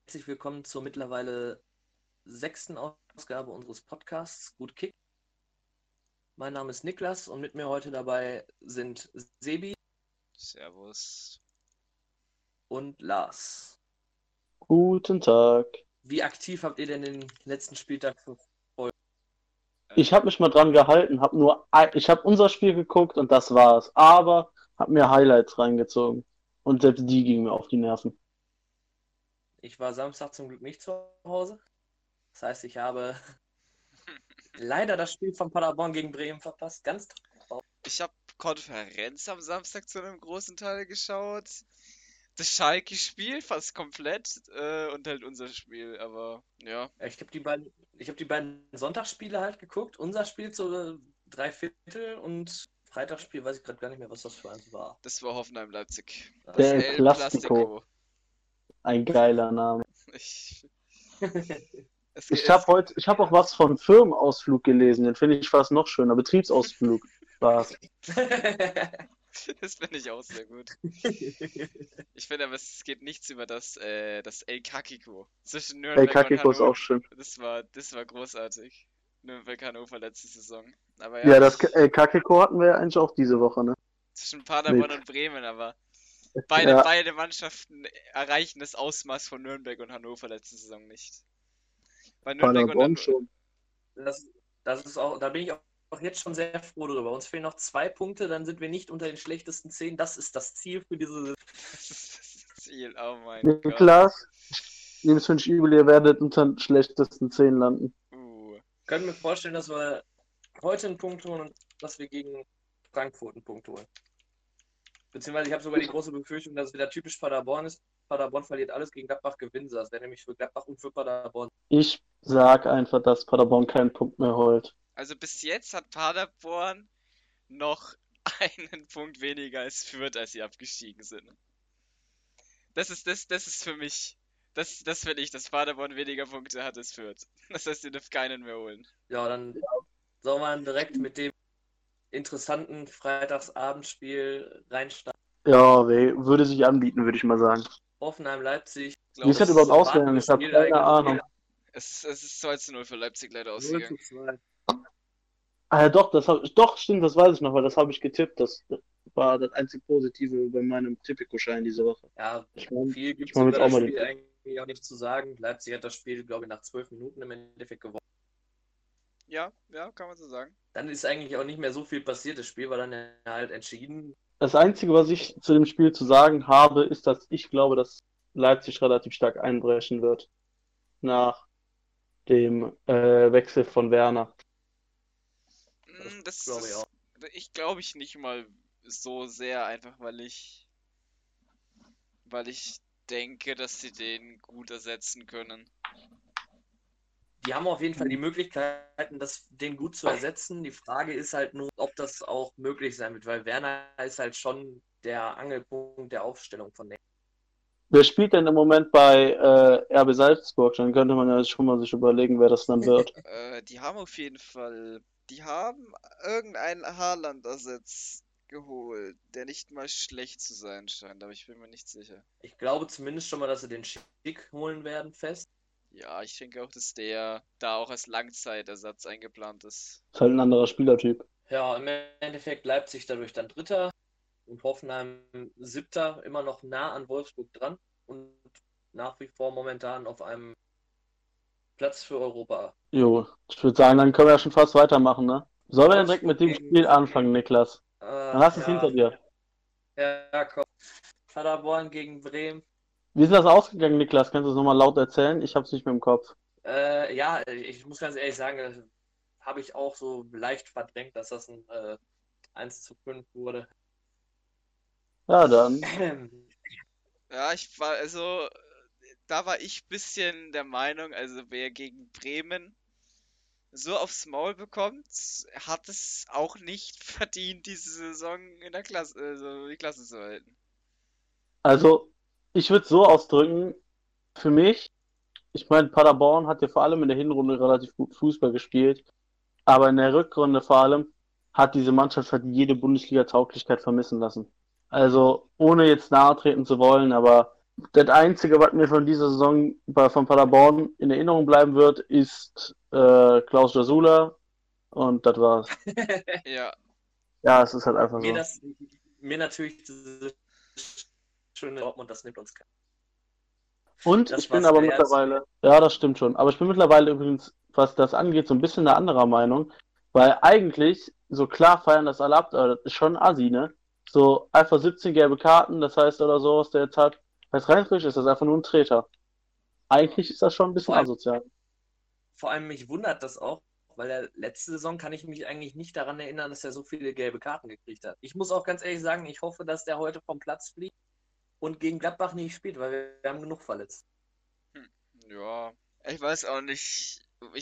herzlich willkommen zur mittlerweile 6. Ausgabe unseres Podcasts Gut Kick. Mein Name ist Niklas und mit mir heute dabei sind Sebi Servus. und Lars. Guten Tag. Wie aktiv habt ihr denn den letzten Spieltag verfolgt? Ich habe mich mal dran gehalten, ich habe unser Spiel geguckt und das war's. Aber habe mir Highlights reingezogen. Und selbst die gingen mir auf die Nerven. Ich war Samstag zum Glück nicht zu Hause. Das heißt, ich habe leider das Spiel von Paderborn gegen Bremen verpasst. Ganz traurig. Ich habe Konferenz am Samstag zu einem großen Teil geschaut. Das Schalke-Spiel fast komplett und halt unser Spiel, aber ja. Ich habe die beiden Sonntagsspiele halt geguckt. Unser Spiel zu 3/4 und Freitagsspiel weiß ich gerade gar nicht mehr, was das für eins war. Das war Hoffenheim-Leipzig. Das Der El Clasico. Ein geiler Name. Ich Ich habe auch was von Firmenausflug gelesen, den finde ich fast noch schöner. Betriebsausflug. Spaß. Das finde ich auch sehr gut. Ich finde aber, es geht nichts über das El Clasico zwischen El Nürnberg und Clasico ist Hannover. auch schön. Das war großartig. Nürnberg-Hannover letzte Saison. Aber Ja, das El Clasico hatten wir ja eigentlich auch diese Woche, ne? zwischen Paderborn Mit. und Bremen, aber Ja. beide Mannschaften erreichen das Ausmaß von Nürnberg und Hannover letzte Saison nicht. Bei Nürnberg und Paderborn Hannover, schon. Das ist auch, da bin ich auch jetzt schon sehr froh drüber. Uns fehlen noch 2 Punkte, dann sind wir nicht unter den schlechtesten 10. Das ist das Ziel für diese. das ist das Ziel, oh mein Gott. Niklas, nehmt es nicht übel, ihr werdet unter den schlechtesten 10 landen. Können wir vorstellen, dass wir heute einen Punkt holen und dass wir gegen Frankfurt einen Punkt holen. Beziehungsweise ich habe sogar die große Befürchtung, dass es wieder typisch Paderborn ist. Paderborn verliert alles, gegen Gladbach gewinnen sie. Das wäre nämlich für Gladbach und für Paderborn. Ich sag einfach, dass Paderborn keinen Punkt mehr holt. Also bis jetzt hat Paderborn noch einen Punkt weniger als Fürth, als sie abgestiegen sind. Das ist für mich, das finde ich, dass Paderborn weniger Punkte hat als Fürth. Das heißt, sie dürfen keinen mehr holen. Ja, dann soll man direkt mit dem interessanten Freitagsabendspiel reinstarten. Ja, würde sich anbieten, würde ich mal sagen. Hoffenheim-Leipzig. Wie ist das überhaupt ausgegangen? Ich habe keine Ahnung. Es ist 2:0 für Leipzig leider ausgegangen. 0:2. Doch, stimmt, das weiß ich noch, weil das habe ich getippt. Das war das einzig Positive bei meinem Tipico-Schein diese Woche. Ja, Ich mein, viel gibt ich es mein über jetzt auch das mal Spiel eigentlich auch nicht zu sagen. Leipzig hat das Spiel, glaube ich, nach 12 Minuten im Endeffekt gewonnen. Ja, kann man so sagen. Dann ist eigentlich auch nicht mehr so viel passiert. Das Spiel war dann ja halt entschieden. Das Einzige, was ich zu dem Spiel zu sagen habe, ist, dass ich glaube, dass Leipzig relativ stark einbrechen wird nach dem Wechsel von Werner. Das glaube ich auch. Ich glaube ich nicht mal so sehr, einfach weil ich denke, dass sie den gut ersetzen können. Die haben auf jeden Fall die Möglichkeiten, den gut zu ersetzen. Die Frage ist halt nur, ob das auch möglich sein wird, weil Werner ist halt schon der Angelpunkt der Aufstellung von denen. Wer spielt denn im Moment bei RB Salzburg? Dann könnte man ja schon mal sich überlegen, wer das dann wird. Die haben auf jeden Fall, die haben irgendeinen Haaland-Ersatz geholt, der nicht mal schlecht zu sein scheint, aber ich bin mir nicht sicher. Ich glaube zumindest schon mal, dass sie den Schick holen werden fest. Ja, ich denke auch, dass der da auch als Langzeitersatz eingeplant ist. Ist halt ein anderer Spielertyp. Ja, im Endeffekt Leipzig dadurch dann Dritter und Hoffenheim Siebter, immer noch nah an Wolfsburg dran und nach wie vor momentan auf einem Platz für Europa. Jo, ich würde sagen, dann können wir ja schon fast weitermachen, ne? Sollen wir denn direkt mit dem Spiel anfangen, Niklas? Dann hast du es hinter dir. Ja, komm. Paderborn gegen Bremen. Wie ist das ausgegangen, Niklas? Kannst du es nochmal laut erzählen? Ich habe es nicht mehr im Kopf. Ja, ich muss ganz ehrlich sagen, das habe ich auch so leicht verdrängt, dass das ein 1:5 wurde. Ja, dann. Ja, da war ich ein bisschen der Meinung, also wer gegen Bremen so aufs Maul bekommt, hat es auch nicht verdient, diese Saison in der Klasse, also die Klasse zu halten. Also, ich würde es so ausdrücken, für mich, ich meine, Paderborn hat ja vor allem in der Hinrunde relativ gut Fußball gespielt, aber in der Rückrunde vor allem hat diese Mannschaft halt jede Bundesliga-Tauglichkeit vermissen lassen. Also, ohne jetzt nahe treten zu wollen, aber Das Einzige, was mir von dieser Saison von Paderborn in Erinnerung bleiben wird, ist Klaus Jasula und das war's. Ja, Ja, es ist halt einfach Mir, so. das, mir natürlich diese schöne Dortmund, das nimmt uns keiner. Und Das ich bin war's aber der Herz. mittlerweile, ja, das stimmt schon, aber ich bin mittlerweile übrigens, was das angeht, so ein bisschen eine anderer Meinung, weil eigentlich, so klar feiern das alle ab, aber das ist schon assi, ne? So einfach 17 gelbe Karten, das heißt oder so, was der jetzt hat, heißt rein frisch ist das einfach nur ein Treter. Eigentlich ist das schon ein bisschen Vor allem, asozial. vor allem mich wundert das auch, weil der letzte Saison kann ich mich eigentlich nicht daran erinnern, dass er so viele gelbe Karten gekriegt hat. Ich muss auch ganz ehrlich sagen, ich hoffe, dass der heute vom Platz fliegt und gegen Gladbach nicht spielt, weil wir haben genug verletzt. ja. Ich weiß auch nicht.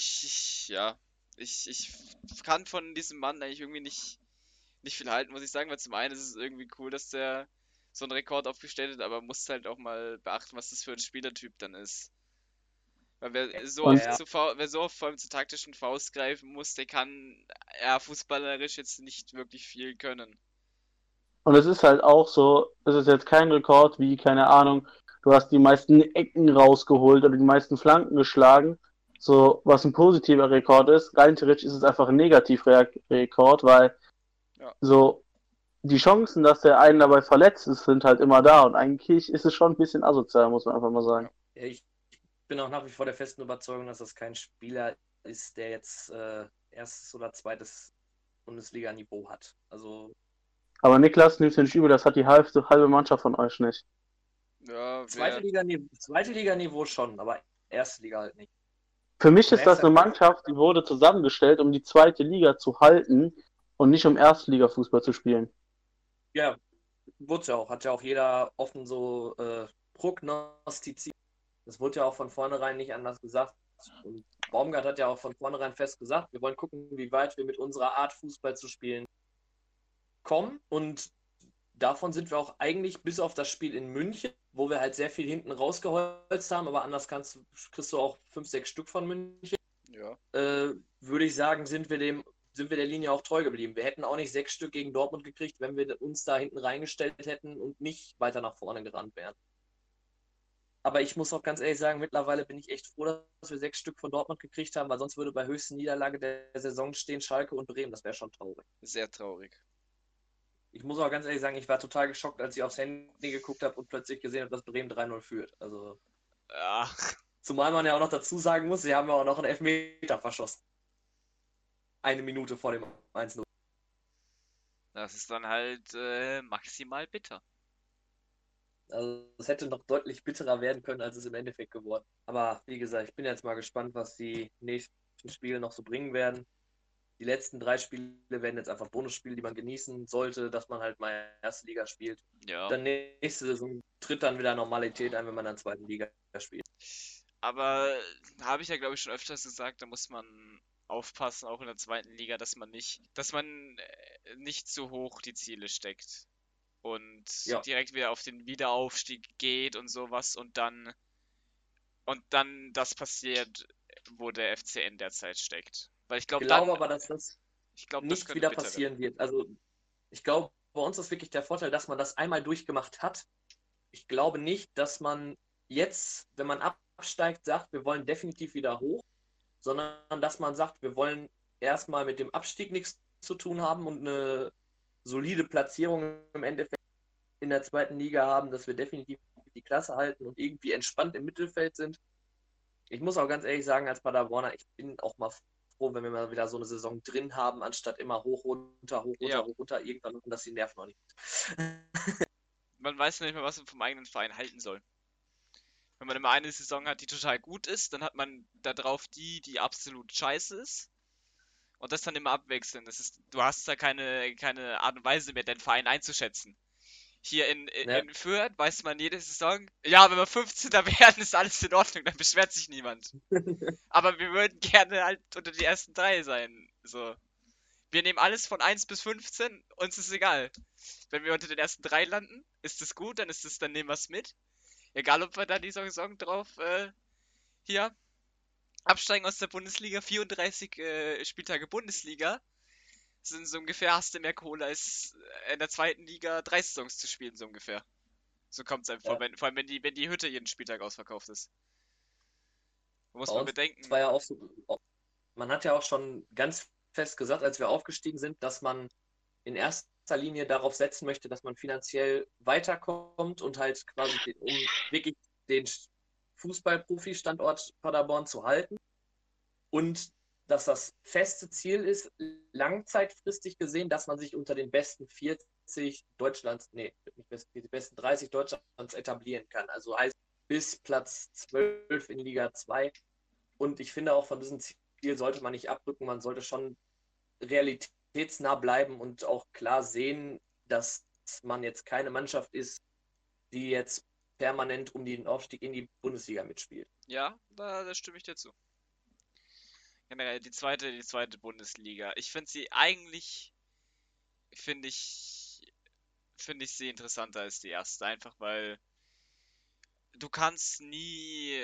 Ich kann von diesem Mann eigentlich irgendwie nicht viel halten, muss ich sagen, weil zum einen ist es irgendwie cool, dass der so einen Rekord aufgestellt hat, aber muss halt auch mal beachten, was das für ein Spielertyp dann ist. Weil wer so Und oft wer so oft vor allem zur taktischen Faust greifen muss, der kann ja fußballerisch jetzt nicht wirklich viel können. Und es ist halt auch so, es ist jetzt kein Rekord wie, keine Ahnung, du hast die meisten Ecken rausgeholt oder die meisten Flanken geschlagen, so was ein positiver Rekord ist. Rein theoretisch ist es einfach ein Negativrekord, weil Ja. so die Chancen, dass der einen dabei verletzt ist, sind halt immer da. Und eigentlich ist es schon ein bisschen asozial, muss man einfach mal sagen. Ich bin auch nach wie vor der festen Überzeugung, dass das kein Spieler ist, der jetzt erstes oder zweites Bundesliga-Niveau hat. Also Aber Niklas, nimm's mir nicht übel, das hat die halbe Mannschaft von euch nicht. Ja, zweite Liga-Niveau schon, aber erste Liga halt nicht. Für mich Du ist das merkst eine halt, Mannschaft, die wurde zusammengestellt, um die zweite Liga zu halten und nicht um Erstligafußball zu spielen. ja, wurde ja auch, hat ja auch jeder offen so prognostiziert. Das wurde ja auch von vornherein nicht anders gesagt. Und Baumgart hat ja auch von vornherein fest gesagt, wir wollen gucken, wie weit wir mit unserer Art Fußball zu spielen kommen. Und davon sind wir auch eigentlich bis auf das Spiel in München, wo wir halt sehr viel hinten rausgeholzt haben, aber anders kriegst du auch 5, 6 Stück von München. ja. Würde ich sagen, sind wir der Linie auch treu geblieben. Wir hätten auch nicht 6 Stück gegen Dortmund gekriegt, wenn wir uns da hinten reingestellt hätten und nicht weiter nach vorne gerannt wären. Aber ich muss auch ganz ehrlich sagen, mittlerweile bin ich echt froh, dass wir 6 Stück von Dortmund gekriegt haben, weil sonst würde bei höchsten Niederlage der Saison stehen Schalke und Bremen. Das wäre schon traurig. Sehr traurig. Ich muss auch ganz ehrlich sagen, ich war total geschockt, als ich aufs Handy geguckt habe und plötzlich gesehen habe, dass Bremen 3-0 führt. Also, Ja, zumal man ja auch noch dazu sagen muss, sie haben ja auch noch einen Elfmeter verschossen. 1 Minute vor dem 1-0. das ist dann halt maximal bitter. Also es hätte noch deutlich bitterer werden können, als es im Endeffekt geworden ist. Aber wie gesagt, ich bin jetzt mal gespannt, was die nächsten Spiele noch so bringen werden. Die letzten 3 Spiele werden jetzt einfach Bonusspiele, die man genießen sollte, dass man halt mal erste Liga spielt. Ja. Dann nächste Saison tritt dann wieder Normalität ein, wenn man dann zweiten Liga spielt. Aber habe ich ja, glaube ich, schon öfters gesagt, da muss man aufpassen, auch in der zweiten Liga, dass man nicht zu hoch die Ziele steckt und Ja. direkt wieder auf den Wiederaufstieg geht und sowas und dann das passiert, wo der FCN derzeit steckt. Weil ich glaube, Ich glaube aber, dass das das nicht könnte wieder bitter werden. passieren wird. Also ich glaube, bei uns ist wirklich der Vorteil, dass man das einmal durchgemacht hat. Ich glaube nicht, dass man jetzt, wenn man absteigt, sagt, wir wollen definitiv wieder hoch, sondern dass man sagt, wir wollen erstmal mit dem Abstieg nichts zu tun haben und eine solide Platzierung im Endeffekt in der zweiten Liga haben, dass wir definitiv die Klasse halten und irgendwie entspannt im Mittelfeld sind. Ich muss auch ganz ehrlich sagen, als Paderborner, ich bin auch mal froh, wenn wir mal wieder so eine Saison drin haben, anstatt immer hoch, runter, hoch, runter, Ja. hoch, runter, irgendwann machen das die Nerven noch nicht. Man weiß nicht mehr, was man vom eigenen Verein halten soll. Wenn man immer eine Saison hat, die total gut ist, dann hat man da drauf die absolut scheiße ist. Und das dann immer abwechseln. Du hast da keine Art und Weise mehr, deinen Verein einzuschätzen. Hier Ja. in Fürth weiß man jede Saison, ja, wenn wir 15. werden, ist alles in Ordnung, dann beschwert sich niemand. Aber wir würden gerne halt unter die ersten 3 sein. So. Wir nehmen alles von 1 bis 15, uns ist egal. Wenn wir unter den ersten 3 landen, ist es gut, dann nehmen wir es mit. Egal, ob wir da die Saison drauf hier absteigen aus der Bundesliga, 34 Spieltage Bundesliga, sind so ungefähr, hast du mehr Kohle als in der zweiten Liga 3 Saisons zu spielen, so ungefähr. So kommt es einem vor, vor allem wenn die Hütte jeden Spieltag ausverkauft ist. Da muss man bedenken. Das war ja auch so, man hat ja auch schon ganz fest gesagt, als wir aufgestiegen sind, dass man in erster Linie darauf setzen möchte, dass man finanziell weiterkommt und halt quasi, um wirklich den Fußball-Profi-Standort Paderborn zu halten. Und dass das feste Ziel ist, langzeitfristig gesehen, dass man sich unter den besten 40 Deutschlands, die besten 30 Deutschlands etablieren kann. Also heißt bis Platz 12 in Liga 2. Und ich finde auch von diesem Ziel sollte man nicht abrücken, man sollte schon realitätsnah bleiben und auch klar sehen, dass man jetzt keine Mannschaft ist, die jetzt permanent um den Aufstieg in die Bundesliga mitspielt. Ja, da stimme ich dir zu. Generell die zweite Bundesliga. Ich finde sie eigentlich, finde ich sie interessanter als die erste, einfach weil du kannst nie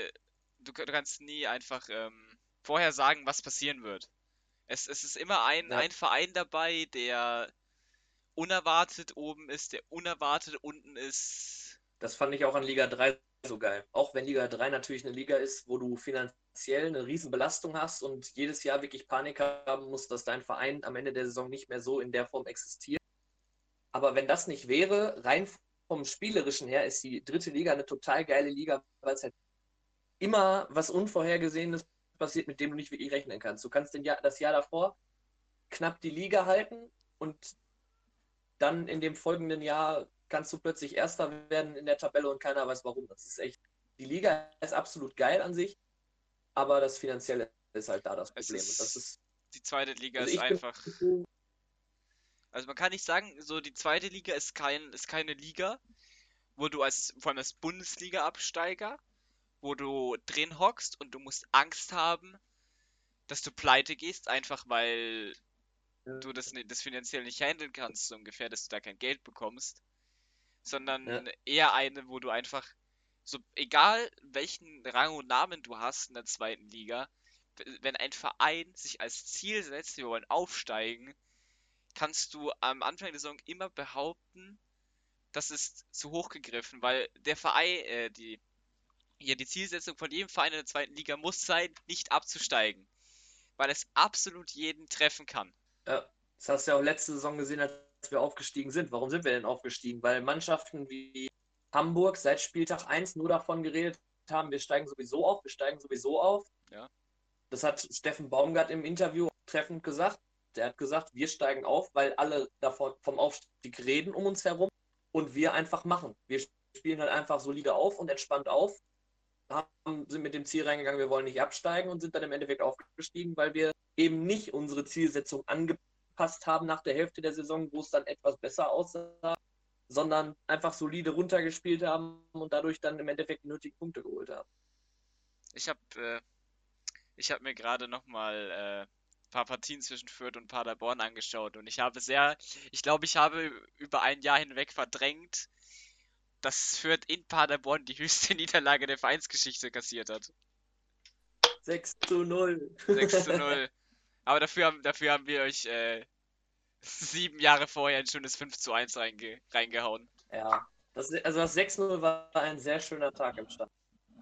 einfach vorher sagen, was passieren wird. Es ist immer ein Verein dabei, der unerwartet oben ist, der unerwartet unten ist. Das fand ich auch an Liga 3 so geil. Auch wenn Liga 3 natürlich eine Liga ist, wo du finanziell eine Riesenbelastung hast und jedes Jahr wirklich Panik haben musst, dass dein Verein am Ende der Saison nicht mehr so in der Form existiert. Aber wenn das nicht wäre, rein vom Spielerischen her, ist die dritte Liga eine total geile Liga, weil es halt immer was Unvorhergesehenes passiert, mit dem du nicht wirklich rechnen kannst. Du kannst das Jahr davor knapp die Liga halten und dann in dem folgenden Jahr kannst du plötzlich Erster werden in der Tabelle und keiner weiß warum. Das ist echt, die Liga ist absolut geil an sich, aber das Finanzielle ist halt da das Problem. Und das ist, die zweite Liga ist einfach. Also man kann nicht sagen, so die zweite Liga ist keine Liga, wo du vor allem als Bundesliga-Absteiger, wo du drin hockst und du musst Angst haben, dass du pleite gehst, einfach weil du das finanziell nicht handeln kannst, so ungefähr, dass du da kein Geld bekommst. Sondern eher eine, wo du einfach, so egal welchen Rang und Namen du hast in der zweiten Liga, wenn ein Verein sich als Ziel setzt, wir wollen aufsteigen, kannst du am Anfang der Saison immer behaupten, das ist zu hoch gegriffen, weil der Verein, die Zielsetzung von jedem Verein in der zweiten Liga muss sein, nicht abzusteigen, weil es absolut jeden treffen kann. Ja, das hast du ja auch letzte Saison gesehen, als wir aufgestiegen sind. Warum sind wir denn aufgestiegen? Weil Mannschaften wie Hamburg seit Spieltag 1 nur davon geredet haben, wir steigen sowieso auf. Ja. Das hat Steffen Baumgart im Interview treffend gesagt. Der hat gesagt, wir steigen auf, weil alle davon vom Aufstieg reden um uns herum und wir einfach machen. Wir spielen halt einfach solide auf und entspannt auf, sind mit dem Ziel reingegangen, wir wollen nicht absteigen und sind dann im Endeffekt aufgestiegen, weil wir eben nicht unsere Zielsetzung angepasst haben nach der Hälfte der Saison, wo es dann etwas besser aussah, sondern einfach solide runtergespielt haben und dadurch dann im Endeffekt die nötigen Punkte geholt haben. Ich hab mir gerade nochmal ein paar Partien zwischen Fürth und Paderborn angeschaut und ich glaube, ich habe über ein Jahr hinweg verdrängt, dass Fürth in Paderborn die höchste Niederlage der Vereinsgeschichte kassiert hat. 6:0. 6:0. Aber dafür haben wir euch 7 Jahre vorher ein schönes 5:1 reingehauen. Ja, das 6:0 war ein sehr schöner Tag im Stadion.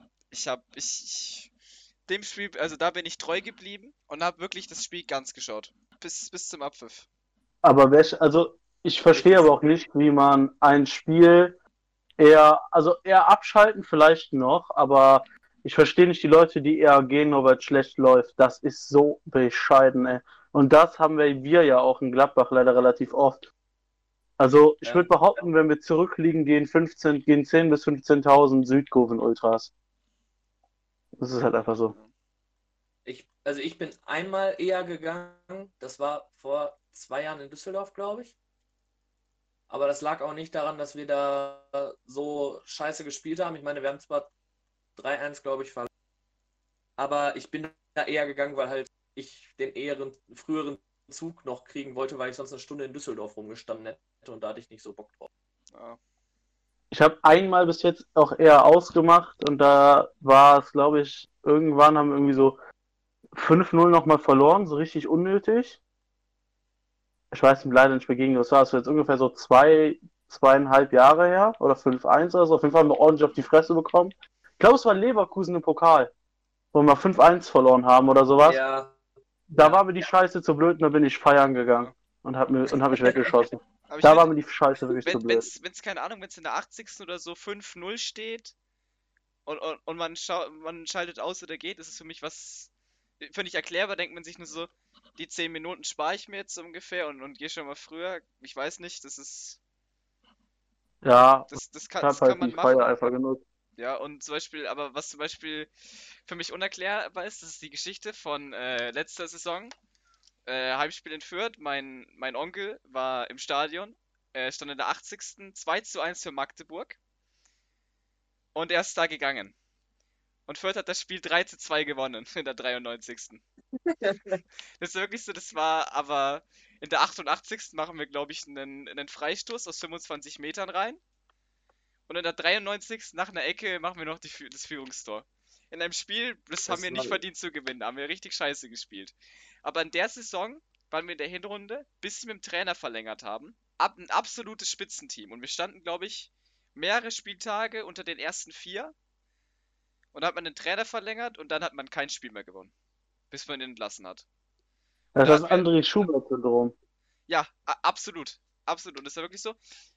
Dem Spiel, also da bin ich treu geblieben und habe wirklich das Spiel ganz geschaut. Bis zum Abpfiff. Aber ich verstehe aber auch nicht, wie man ein Spiel eher abschalten vielleicht noch, aber ich verstehe nicht die Leute, die eher gehen, nur weil es schlecht läuft. Das ist so bescheiden, ey. Und das haben wir ja auch in Gladbach leider relativ oft. Also ich würde behaupten, wenn wir zurückliegen, gehen 10.000 bis 15.000 Südkurven-Ultras. Das ist halt einfach so. Ich bin einmal eher gegangen, das war vor 2 Jahren in Düsseldorf, glaube ich. Aber das lag auch nicht daran, dass wir da so scheiße gespielt haben. Ich meine, wir haben zwar 3-1, glaube ich, verloren. Aber ich bin da eher gegangen, weil halt ich den früheren Zug noch kriegen wollte, weil ich sonst eine Stunde in Düsseldorf rumgestanden hätte und da hatte ich nicht so Bock drauf. Ja. Ich habe einmal bis jetzt auch eher ausgemacht und da war es, glaube ich, irgendwann haben wir irgendwie so 5:0 nochmal verloren, so richtig unnötig. Ich weiß leider nicht mehr gegen was war. Es war jetzt ungefähr so 2 2,5 Jahre her oder 5-1 oder so. Auf jeden Fall haben wir ordentlich auf die Fresse bekommen. Ich glaube, es war Leverkusen im Pokal, wo wir 5-1 verloren haben oder sowas. Ja, Da war mir die Scheiße zu blöd und da bin ich feiern gegangen und hab mich weggeschossen. Aber ich Da war find, mir die Scheiße wirklich zu blöd. wenn's, keine Ahnung, wenn es in der 80. oder so 5-0 steht und man schaltet aus oder geht, ist es für mich was völlig erklärbar, denkt man sich nur so, die 10 Minuten spare ich mir jetzt so ungefähr und gehe schon mal früher. Ich weiß nicht, Ja, das ich kann, hab das kann halt man die Feier machen. einfach genutzt. Ja, und zum Beispiel, aber was zum Beispiel für mich unerklärbar ist, das ist die Geschichte von letzter Saison. Heimspiel in Fürth, mein Onkel war im Stadion, stand in der 80. 2-1 für Magdeburg und er ist da gegangen. Und Fürth hat das Spiel 3-2 gewonnen in der 93. Das ist wirklich so, das war aber in der 88. machen wir, glaube ich, einen Freistoß aus 25 Metern rein. Und in der 93. nach einer Ecke machen wir noch das Führungstor. In einem Spiel, das haben das wir war, nicht verdient zu gewinnen, da haben wir richtig scheiße gespielt. Aber in der Saison waren wir in der Hinrunde, bis wir mit dem Trainer verlängert haben, ein absolutes Spitzenteam. Und wir standen, glaube ich, mehrere Spieltage unter den ersten 4. Und dann hat man den Trainer verlängert und dann hat man kein Spiel mehr gewonnen, bis man ihn entlassen hat. Und Das da ist das hatten wir, André Schubert-Syndrom. ja, absolut. Absolut. Und das war wirklich so.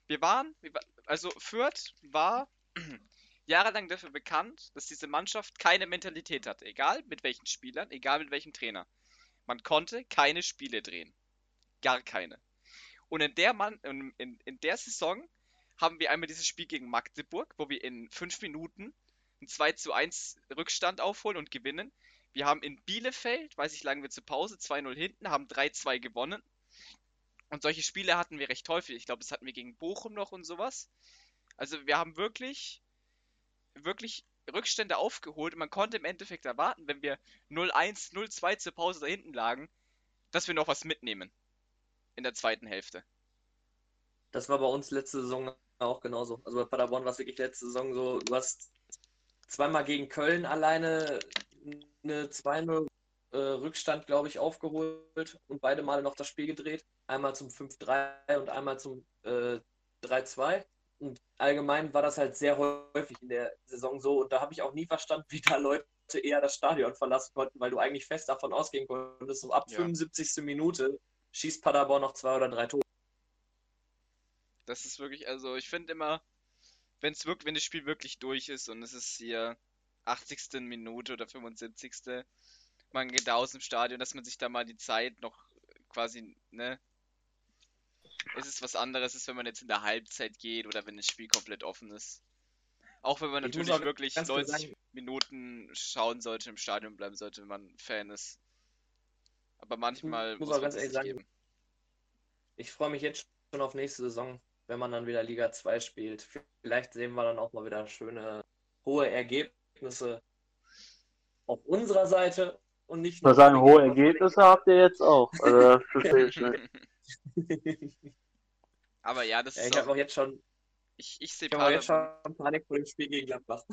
Also Fürth war jahrelang dafür bekannt, dass diese Mannschaft keine Mentalität hatte. Egal mit welchen Spielern, egal mit welchem Trainer. Man konnte keine Spiele drehen. Gar keine. Und in der Saison haben wir einmal dieses Spiel gegen Magdeburg, wo wir in 5 Minuten einen 2-1 Rückstand aufholen und gewinnen. Wir haben in Bielefeld, weiß ich, lagen wir zur Pause, 2-0 hinten, haben 3-2 gewonnen. Und solche Spiele hatten wir recht häufig. Ich glaube, das hatten wir gegen Bochum noch und sowas. Also wir haben wirklich Rückstände aufgeholt und man konnte im Endeffekt erwarten, wenn wir 0-1, 0-2 zur Pause da hinten lagen, dass wir noch was mitnehmen in der zweiten Hälfte. das war bei uns letzte Saison auch genauso. Also bei Paderborn war es wirklich letzte Saison so, du hast zweimal gegen Köln alleine eine 2-0 Rückstand, glaube ich, aufgeholt und beide Male noch das Spiel gedreht. Einmal zum 5-3 und einmal zum 3-2. Und allgemein war das halt sehr häufig in der Saison so. Und da habe ich auch nie verstanden, wie da Leute eher das Stadion verlassen konnten, weil du eigentlich fest davon ausgehen konntest, so ab Ja. 75. Minute schießt Paderborn noch 2 oder 3 Tore. Das ist wirklich, also ich finde immer, wenn das Spiel wirklich durch ist und es ist hier 80. Minute oder 75. Man geht da aus dem Stadion, dass man sich da mal die Zeit noch quasi, ne? Es ist was anderes, als wenn man jetzt in der Halbzeit geht oder wenn das Spiel komplett offen ist. Auch wenn man Ich muss natürlich auch wirklich ganz klar 90 sagen, Minuten schauen sollte, im Stadion bleiben sollte, wenn man Fan ist. Aber ich manchmal muss muss auch man ganz es ehrlich sich sagen, geben. ich freue mich jetzt schon auf nächste Saison, wenn man dann wieder Liga 2 spielt. Vielleicht sehen wir dann auch mal wieder schöne, hohe Ergebnisse auf unserer Seite und nicht Ich würde nur sagen, von hohe den Ergebnisse habt ihr jetzt auch. Also, das verstehe ich nicht. Gegner. Aber ja, das Ja, ist ich habe auch, auch jetzt schon, ich sehe ich habe auch jetzt Paderborn, schon Panik vor dem Spiel gegen Gladbach.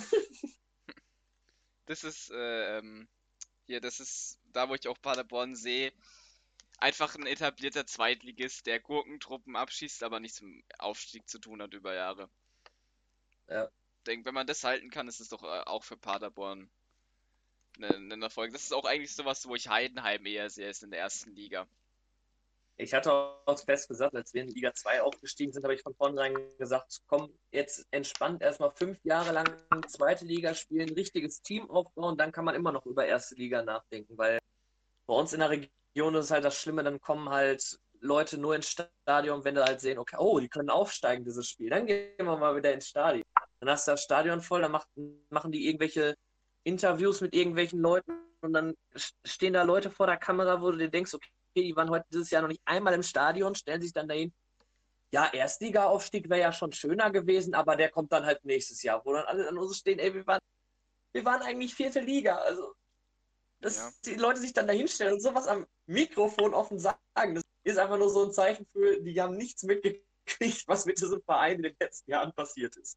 das ist, das ist da, wo ich auch Paderborn sehe, einfach ein etablierter Zweitligist, der Gurkentruppen abschießt, aber nichts mit dem Aufstieg zu tun hat über Jahre. Ja. Denke, wenn man das halten kann, ist es doch auch für Paderborn ein Erfolg. Das ist auch eigentlich sowas, wo ich Heidenheim eher sehe, ist in der ersten Liga. Ich hatte auch fest gesagt, als wir in Liga 2 aufgestiegen sind, habe ich von vornherein gesagt, komm, jetzt entspannt erstmal 5 Jahre lang zweite Liga spielen, richtiges Team aufbauen, dann kann man immer noch über erste Liga nachdenken, weil bei uns in der Region ist halt das Schlimme, dann kommen halt Leute nur ins Stadion, wenn sie halt sehen, okay, oh, die können aufsteigen, dieses Spiel, dann gehen wir mal wieder ins Stadion. Dann hast du das Stadion voll, dann machen die irgendwelche Interviews mit irgendwelchen Leuten und dann stehen da Leute vor der Kamera, wo du dir denkst, okay, die waren heute dieses Jahr noch nicht einmal im Stadion, stellen sich dann dahin, ja, Erstliga-Aufstieg wäre ja schon schöner gewesen, aber der kommt dann halt nächstes Jahr, wo dann alle an uns stehen, ey, wir waren eigentlich 4. Liga, also dass Ja. die Leute sich dann da hinstellen und sowas am Mikrofon offen sagen, das ist einfach nur so ein Zeichen für, die haben nichts mitgekriegt, was mit diesem Verein in den letzten Jahren passiert ist.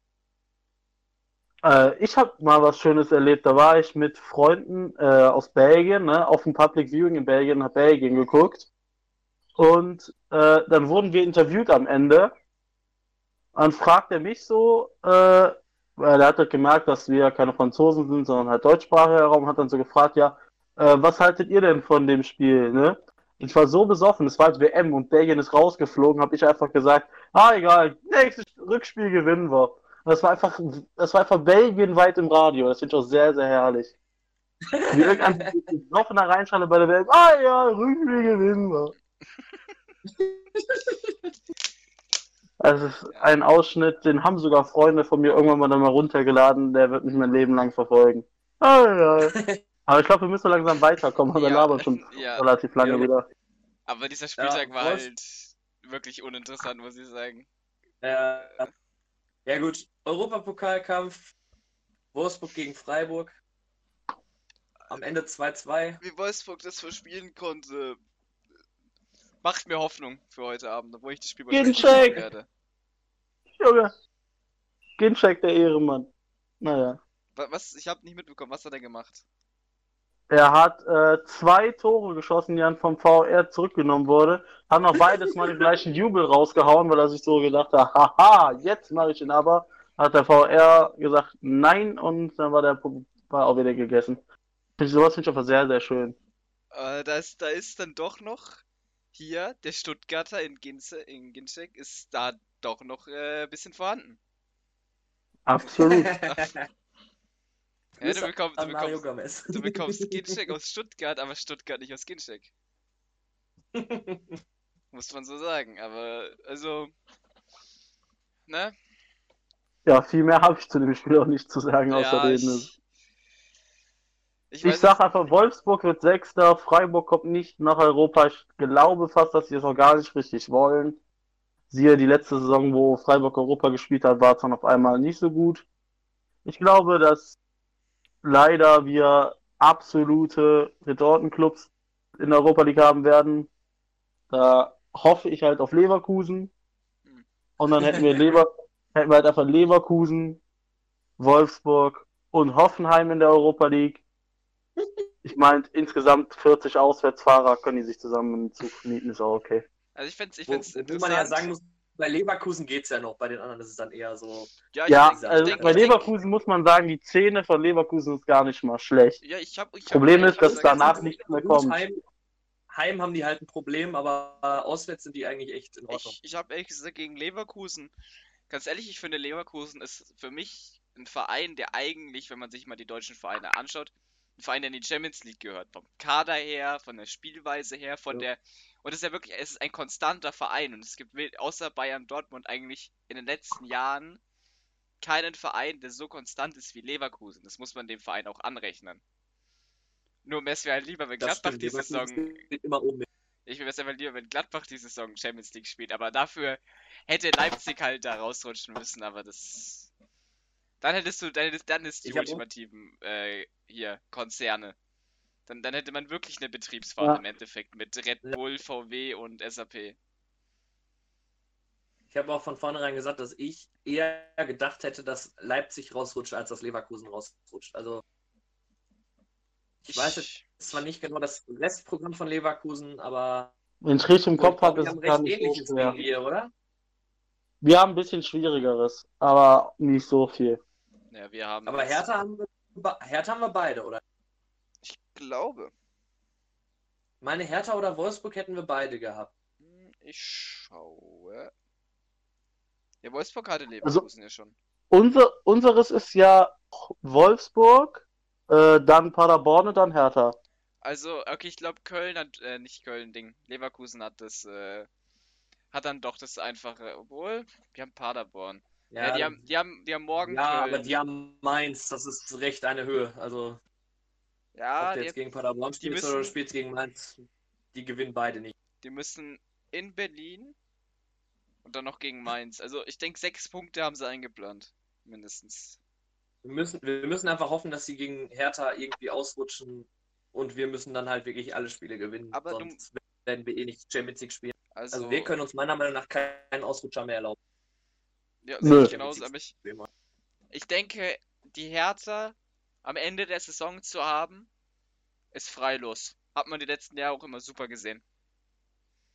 Ich habe mal was Schönes erlebt. Da war ich mit Freunden aus Belgien, ne, auf dem Public Viewing in Belgien, habe Belgien geguckt. Und dann wurden wir interviewt am Ende. Dann fragt er mich so, weil er hat halt gemerkt, dass wir keine Franzosen sind, sondern halt deutschsprachiger Raum, hat dann so gefragt, ja, was haltet ihr denn von dem Spiel, ne? Ich war so besoffen, es war halt WM und Belgien ist rausgeflogen, habe ich einfach gesagt, egal, nächstes Rückspiel gewinnen wir. Und das war einfach belgienweit im Radio, das finde ich auch sehr, sehr herrlich. Wie irgendein besoffener Rheinschale bei der Welt, ja, Rückspiel gewinnen wir. Also es ist ein Ausschnitt, den haben sogar Freunde von mir irgendwann mal dann mal runtergeladen, der wird mich mein Leben lang verfolgen. Ja. Aber ich glaube, wir müssen langsam weiterkommen, weil wir Ja, labern schon ja. relativ lange Ja. wieder. Aber dieser Spieltag war Wolfs- halt wirklich uninteressant, muss ich sagen. Ja gut, Europapokalkampf, Wolfsburg gegen Freiburg. Am Ende 2-2. Wie Wolfsburg das verspielen konnte, macht mir Hoffnung für heute Abend, obwohl ich das Spiel wahrscheinlich nicht Ginczek! sehen werde. Junge, Ginczek, der Ehrenmann. Naja. Was? Ich habe nicht mitbekommen, was hat er gemacht? Er hat 2 Tore geschossen, die dann vom VR zurückgenommen wurde. Hat noch beides mal den gleichen Jubel rausgehauen, weil er sich so gedacht hat, haha, jetzt mache ich ihn aber. Hat der VR gesagt, nein, und dann war der Ball auch wieder gegessen. Sowas finde ich aber sehr, sehr schön. Da ist dann doch noch hier der Stuttgarter in Ginczek ist da doch noch ein bisschen vorhanden. Absolut. Ja, Grüße an Mario Gomez. du bekommst Ginczek aus Stuttgart, aber Stuttgart nicht aus Ginczek. Muss man so sagen. Aber, also, ne? Ja, viel mehr habe ich zu dem Spiel auch nicht zu sagen, außer Ja, reden. ich Ich weiß sag einfach, Wolfsburg wird Sechster, Freiburg kommt nicht nach Europa. Ich glaube fast, dass sie es auch gar nicht richtig wollen. Siehe die letzte Saison, wo Freiburg Europa gespielt hat, war es dann auf einmal nicht so gut. Ich glaube, dass leider wir absolute Retortenclubs in der Europa League haben werden. Da hoffe ich halt auf Leverkusen. Und dann hätten wir halt einfach Leverkusen, Wolfsburg und Hoffenheim in der Europa League. Ich meine, insgesamt 40 Auswärtsfahrer können die sich zusammen in den Zug mieten, ist auch okay. Also ich find's Wo interessant. man ja sagen muss, bei Leverkusen geht es ja noch, bei den anderen ist es dann eher so. Ja, Ja, ich also denk- bei ich denk- Leverkusen muss man sagen, die Szene von Leverkusen ist gar nicht mal schlecht. Ja, ich hab Problem ehrlich ist, dass gesagt- danach nichts mehr kommt. Heim haben die halt ein Problem, aber auswärts sind die eigentlich echt in Ordnung. Ich habe ehrlich gesagt gegen Leverkusen. Ganz ehrlich, ich finde Leverkusen ist für mich ein Verein, der eigentlich, wenn man sich mal die deutschen Vereine anschaut, ein Verein, der in die Champions League gehört. Vom Kader her, von der Spielweise her, und es ist ja wirklich, es ist ein konstanter Verein und es gibt außer Bayern Dortmund eigentlich in den letzten Jahren keinen Verein, der so konstant ist wie Leverkusen. Das muss man dem Verein auch anrechnen. Nur mir wäre halt lieber, wenn Das Gladbach stimmt, die Saison Leverkusen steht immer oben. Ich wäre es einfach lieber, wenn Gladbach die Saison Champions League spielt, aber dafür hätte Leipzig halt da rausrutschen müssen, aber das. Dann ist die Ich hab auch- ultimativen hier Konzerne. Dann hätte man wirklich eine Betriebsfahrt Ja. im Endeffekt mit Red Bull, VW und SAP. Ich habe auch von vornherein gesagt, dass ich eher gedacht hätte, dass Leipzig rausrutscht, als dass Leverkusen rausrutscht. Also, ich weiß jetzt zwar nicht genau das Restprogramm von Leverkusen, aber Wenn ich richtig im ich Kopf glaube, habe, die ist haben es gar recht nicht so ähnliches schwer. wie wir, oder? Wir haben ein bisschen schwierigeres, aber nicht so viel. Ja, wir haben. Aber jetzt- Hertha haben wir beide, oder? Ich glaube. Meine Hertha oder Wolfsburg hätten wir beide gehabt. Ich schaue. Ja, Wolfsburg hatte Also- Leverkusen ja schon. Unseres ist ja Wolfsburg, dann Paderborn und dann Hertha. Also, okay, ich glaube Köln hat, nicht Köln, Leverkusen hat das, hat dann doch das einfache, obwohl, wir haben Paderborn. Ja, die haben morgen ja, Köln. aber die haben Mainz, das ist recht eine Höhe. Also, Ja, ob du jetzt gegen Paderborn spielst oder du müssen- spielst gegen Mainz, die gewinnen beide nicht. die müssen in Berlin und dann noch gegen Mainz. Also, ich denke, 6 Punkte haben sie eingeplant. Mindestens. Wir müssen einfach hoffen, dass sie gegen Hertha irgendwie ausrutschen und wir müssen dann halt wirklich alle Spiele gewinnen. Aber sonst werden wir eh nicht Champions League spielen. Also, Also wir können uns meiner Meinung nach keinen Ausrutscher mehr erlauben. ja, Nö. sehe ich genauso, aber ich denke, die Hertha am Ende der Saison zu haben, ist freilos. Hat man die letzten Jahre auch immer super gesehen.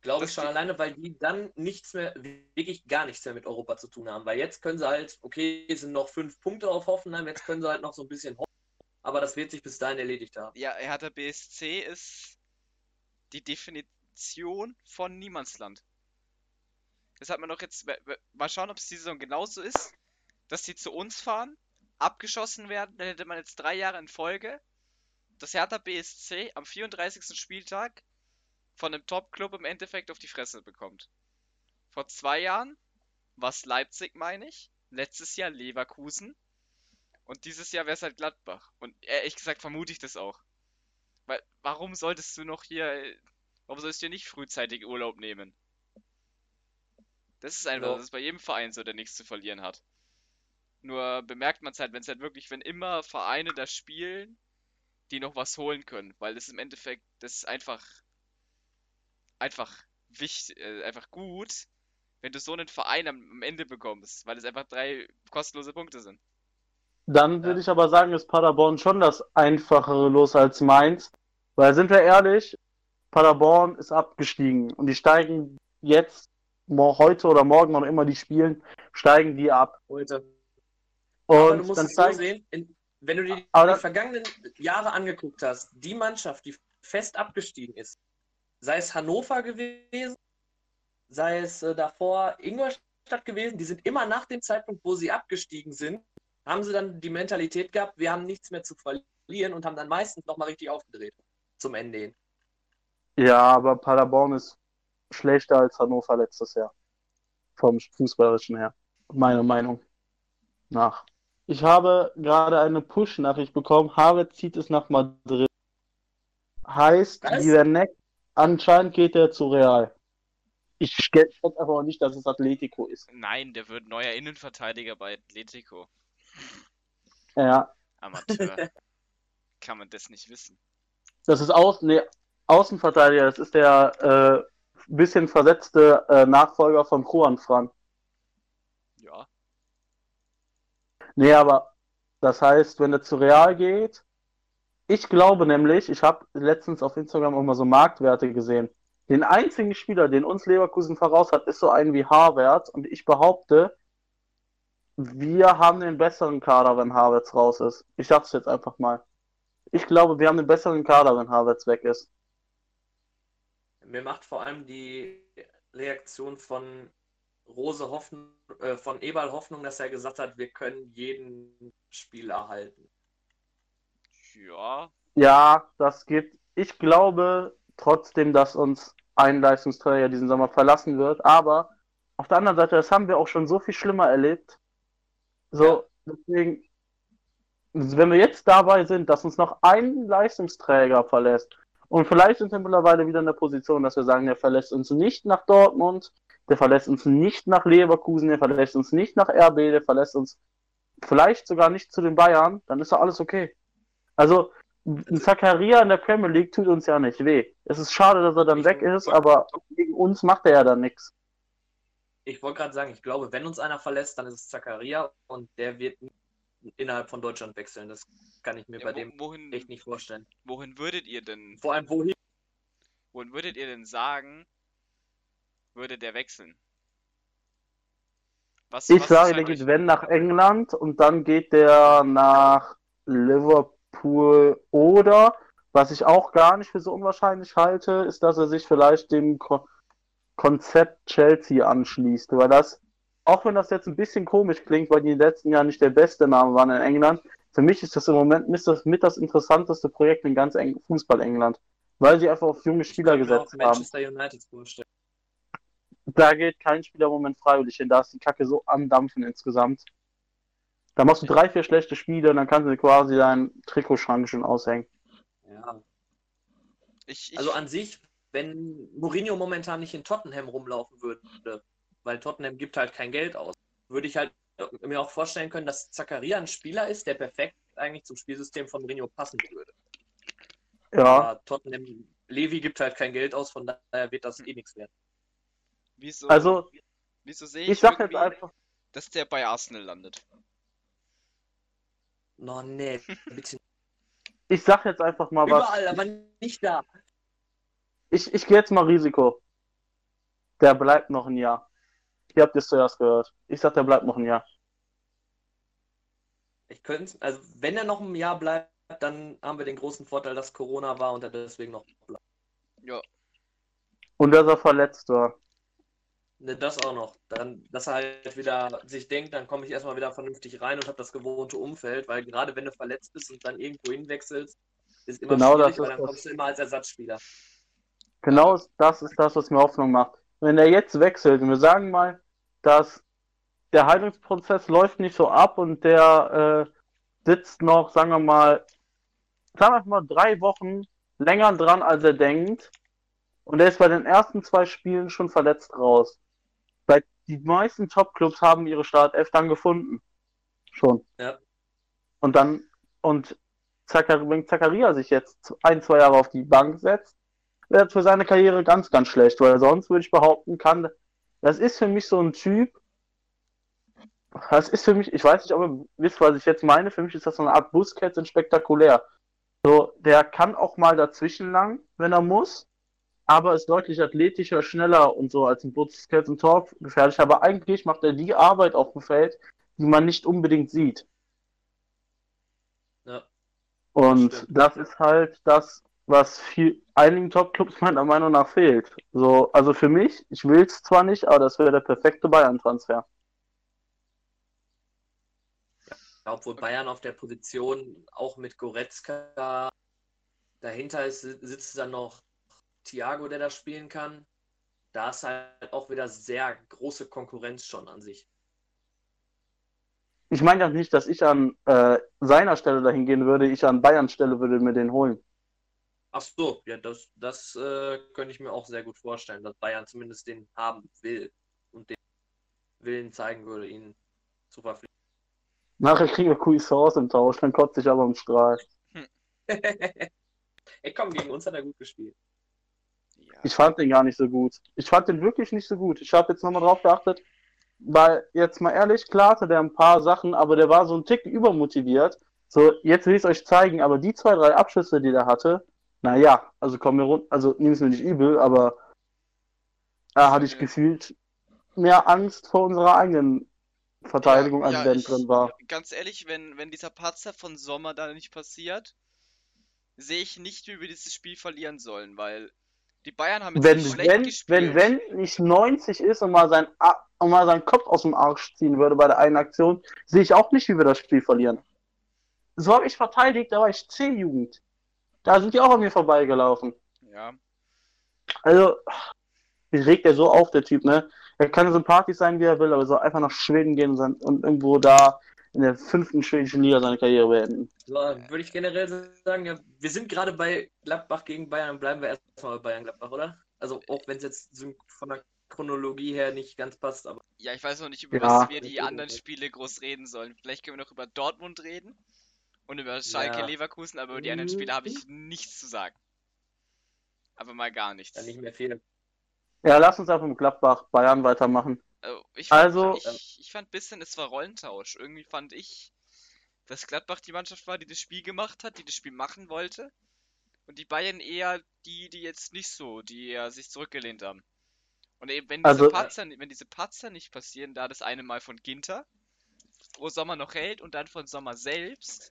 Glaube ich schon alleine, weil die dann wirklich gar nichts mehr mit Europa zu tun haben. Weil jetzt können sie halt, okay, es sind noch 5 Punkte auf Hoffenheim, jetzt können sie halt noch so ein bisschen hoffen, aber das wird sich bis dahin erledigt haben. Ja, Hertha BSC ist die Definition von Niemandsland. Das hat man doch jetzt. Mal schauen, ob es die Saison genauso ist, dass die zu uns fahren, abgeschossen werden. Dann hätte man jetzt 3 Jahre in Folge, dass Hertha BSC am 34. Spieltag von einem Top-Club im Endeffekt auf die Fresse bekommt. Vor 2 Jahren war es Leipzig, meine ich. Letztes Jahr Leverkusen. Und dieses Jahr wäre es halt Gladbach. Und ehrlich gesagt vermute ich das auch. Weil, warum solltest du nicht frühzeitig Urlaub nehmen? Das ist einfach, das ist bei jedem Verein so, der nichts zu verlieren hat. Nur bemerkt man es halt, wenn immer Vereine da spielen, die noch was holen können. Weil das im Endeffekt, das ist einfach wichtig, einfach gut, wenn du so einen Verein am Ende bekommst, weil es einfach 3 kostenlose Punkte sind. Dann würde ich aber sagen, ist Paderborn schon das einfachere Los als Mainz. Weil, sind wir ehrlich, Paderborn ist abgestiegen und die steigen jetzt, heute oder morgen, noch immer die spielen, steigen die ab. Heute. Und aber du musst dann es so sehen, wenn du dir die vergangenen Jahre angeguckt hast, die Mannschaft, die fest abgestiegen ist, sei es Hannover gewesen, sei es davor Ingolstadt gewesen, die sind immer nach dem Zeitpunkt, wo sie abgestiegen sind, haben sie dann die Mentalität gehabt, wir haben nichts mehr zu verlieren und haben dann meistens nochmal richtig aufgedreht zum Ende hin. Ja, aber Paderborn ist schlechter als Hannover letztes Jahr. Vom Fußballerischen her. Meine Meinung nach. Ich habe gerade eine Push-Nachricht bekommen. Havertz zieht es nach Madrid. Heißt, anscheinend geht er zu Real. Ich schätze einfach auch nicht, dass es Atletico ist. Nein, der wird neuer Innenverteidiger bei Atletico. Ja. Amateur. Kann man das nicht wissen? Das ist Außenverteidiger. Das ist der bisschen versetzte Nachfolger von Juan Fran. Ja. Nee, aber das heißt, wenn er zu Real geht, ich glaube nämlich, ich habe letztens auf Instagram auch mal so Marktwerte gesehen. Den einzigen Spieler, den uns Leverkusen voraus hat, ist so ein wie Havertz. Und ich behaupte, wir haben den besseren Kader, wenn Havertz raus ist. Ich sag's jetzt einfach mal. Ich glaube, wir haben den besseren Kader, wenn Havertz weg ist. Mir macht vor allem die Reaktion von von Eberl Hoffnung, dass er gesagt hat, wir können jeden Spiel erhalten. Ja. Ja, das geht. Ich glaube trotzdem, dass uns ein Leistungsträger diesen Sommer verlassen wird. Aber auf der anderen Seite, das haben wir auch schon so viel schlimmer erlebt. So, deswegen, wenn wir jetzt dabei sind, dass uns noch ein Leistungsträger verlässt, und vielleicht sind wir mittlerweile wieder in der Position, dass wir sagen, der verlässt uns nicht nach Dortmund, der verlässt uns nicht nach Leverkusen, der verlässt uns nicht nach RB, der verlässt uns vielleicht sogar nicht zu den Bayern, dann ist doch alles okay. Also, ein Zakaria in der Premier League tut uns ja nicht weh. Es ist schade, dass er dann weg ist, aber gegen uns macht er ja dann nichts. Ich wollte gerade sagen, ich glaube, wenn uns einer verlässt, dann ist es Zakaria und der wird innerhalb von Deutschland wechseln. Das kann ich mir bei dem echt nicht vorstellen. Wohin würdet ihr denn? Vor allem wohin? Wohin würdet ihr denn sagen, würde der wechseln? Ich sage, der geht wenn nach England und dann geht der nach Liverpool oder, was ich auch gar nicht für so unwahrscheinlich halte, ist, dass er sich vielleicht dem Konzept Chelsea anschließt, weil das, auch wenn das jetzt ein bisschen komisch klingt, weil die in den letzten Jahren nicht der beste Name waren in England, für mich ist das im Moment mit das interessanteste Projekt in ganz Fußball England, weil sie einfach auf junge Spieler gesetzt haben. Manchester United vorstellen. Da geht kein Spieler im Moment freiwillig hin, da ist die Kacke so am Dampfen insgesamt. Da machst du 3, 4 schlechte Spiele und dann kannst du quasi deinen Trikotschrank schon aushängen. Ja. Also an sich, wenn Mourinho momentan nicht in Tottenham rumlaufen würde, weil Tottenham gibt halt kein Geld aus, würde ich halt mir auch vorstellen können, dass Zakaria ein Spieler ist, der perfekt eigentlich zum Spielsystem von Mourinho passen würde. Ja. Aber Tottenham, Levi gibt halt kein Geld aus, von daher wird das eh nichts werden. Wieso sehe ich sag jetzt einfach, dass der bei Arsenal landet? No, nee, bitte. Ich sag jetzt einfach mal Überall, aber nicht da. Ich gehe jetzt mal Risiko. der bleibt noch ein Jahr. Ihr habt es zuerst gehört. Ich sag, der bleibt noch ein Jahr. Also wenn er noch ein Jahr bleibt, dann haben wir den großen Vorteil, dass Corona war und er deswegen noch bleibt. Ja. Und dass er verletzt war. Ne, das auch noch. Dann, dass er halt wieder sich denkt, dann komme ich erstmal wieder vernünftig rein und habe das gewohnte Umfeld, weil gerade wenn du verletzt bist und dann irgendwo hinwechselst, ist immer Genau schwierig, das weil ist dann das. kommst du immer als Ersatzspieler. Genau das ist das, was mir Hoffnung macht. Wenn er jetzt wechselt, und wir sagen mal, dass der Heilungsprozess läuft nicht so ab und der sitzt noch, sagen wir mal 3 Wochen länger dran, als er denkt. Und er ist bei den ersten 2 Spielen schon verletzt raus. Weil die meisten Top-Clubs haben ihre Startelf dann gefunden. Schon. Ja. Und wenn Zakaria sich jetzt 1, 2 Jahre auf die Bank setzt, wäre für seine Karriere ganz, ganz schlecht, weil sonst würde ich behaupten, das ist für mich so ein Typ, das ist für mich, ich weiß nicht, ob ihr wisst, was ich jetzt meine, für mich ist das so eine Art Busquets in spektakulär. So, der kann auch mal dazwischen lang, wenn er muss, aber ist deutlich athletischer, schneller und so als ein Busquets und Tor gefährlich, aber eigentlich macht er die Arbeit auf dem Feld, die man nicht unbedingt sieht. Ja. Und Stimmt. das ist halt das, was einigen Top-Clubs meiner Meinung nach fehlt. So, also für mich, ich will es zwar nicht, aber das wäre der perfekte Bayern-Transfer. Ja, obwohl Bayern auf der Position auch mit Goretzka dahinter sitzt dann noch Thiago, der da spielen kann. Da ist halt auch wieder sehr große Konkurrenz schon an sich. Ich meine ja nicht, dass ich an seiner Stelle dahin gehen würde, ich an Bayerns Stelle würde mir den holen. Ach so, ja, das könnte ich mir auch sehr gut vorstellen, dass Bayern zumindest den haben will und den Willen zeigen würde, ihn zu verpflichten. Nachher kriegen wir Cuisance im Tausch, dann kotzt sich aber im Strahl. Ey, komm, gegen uns hat er gut gespielt. Ja. Ich fand den gar nicht so gut. Ich fand den wirklich nicht so gut. Ich habe jetzt nochmal drauf geachtet, weil jetzt mal ehrlich, klar hatte der ein paar Sachen, aber der war so ein Tick übermotiviert. So, jetzt will ich es euch zeigen, aber die 2, 3 Abschlüsse, die der hatte, naja, also komm mir runter, also nimm es mir nicht übel, aber da hatte ich gefühlt mehr Angst vor unserer eigenen Verteidigung, als wenn drin war. Ganz ehrlich, wenn dieser Patzer von Sommer da nicht passiert, sehe ich nicht, wie wir dieses Spiel verlieren sollen, weil die Bayern haben jetzt nicht schlecht gespielt. Wenn nicht 90 ist und mal seinen Kopf aus dem Arsch ziehen würde bei der einen Aktion, sehe ich auch nicht, wie wir das Spiel verlieren. So habe ich verteidigt, da war ich C-Jugend. Da sind die auch an mir vorbeigelaufen. Ja. Also, mich regt er so auf, der Typ, ne? Er kann sympathisch sein, wie er will, aber soll einfach nach Schweden gehen und irgendwo da in der 5. schwedischen Liga seine Karriere beenden. So, würde ich generell sagen, ja, wir sind gerade bei Gladbach gegen Bayern, dann bleiben wir erstmal bei Bayern-Gladbach, oder? Also auch wenn es jetzt von der Chronologie her nicht ganz passt, aber. Ja, ich weiß noch nicht, über was wir die anderen Spiele groß reden sollen. Vielleicht können wir noch über Dortmund reden und über Schalke Leverkusen, aber über die anderen Spiele habe ich nichts zu sagen. Aber mal gar nichts. Ja, nicht mehr viel. Ja, lass uns einfach mit Gladbach Bayern weitermachen. Ich fand ein bisschen, es war Rollentausch. Irgendwie fand ich, dass Gladbach die Mannschaft war, die das Spiel gemacht hat, die das Spiel machen wollte. Und die Bayern eher die jetzt nicht so, die eher sich zurückgelehnt haben. Und eben, wenn diese Patzer nicht passieren, da das eine Mal von Ginter, wo Sommer noch hält, und dann von Sommer selbst,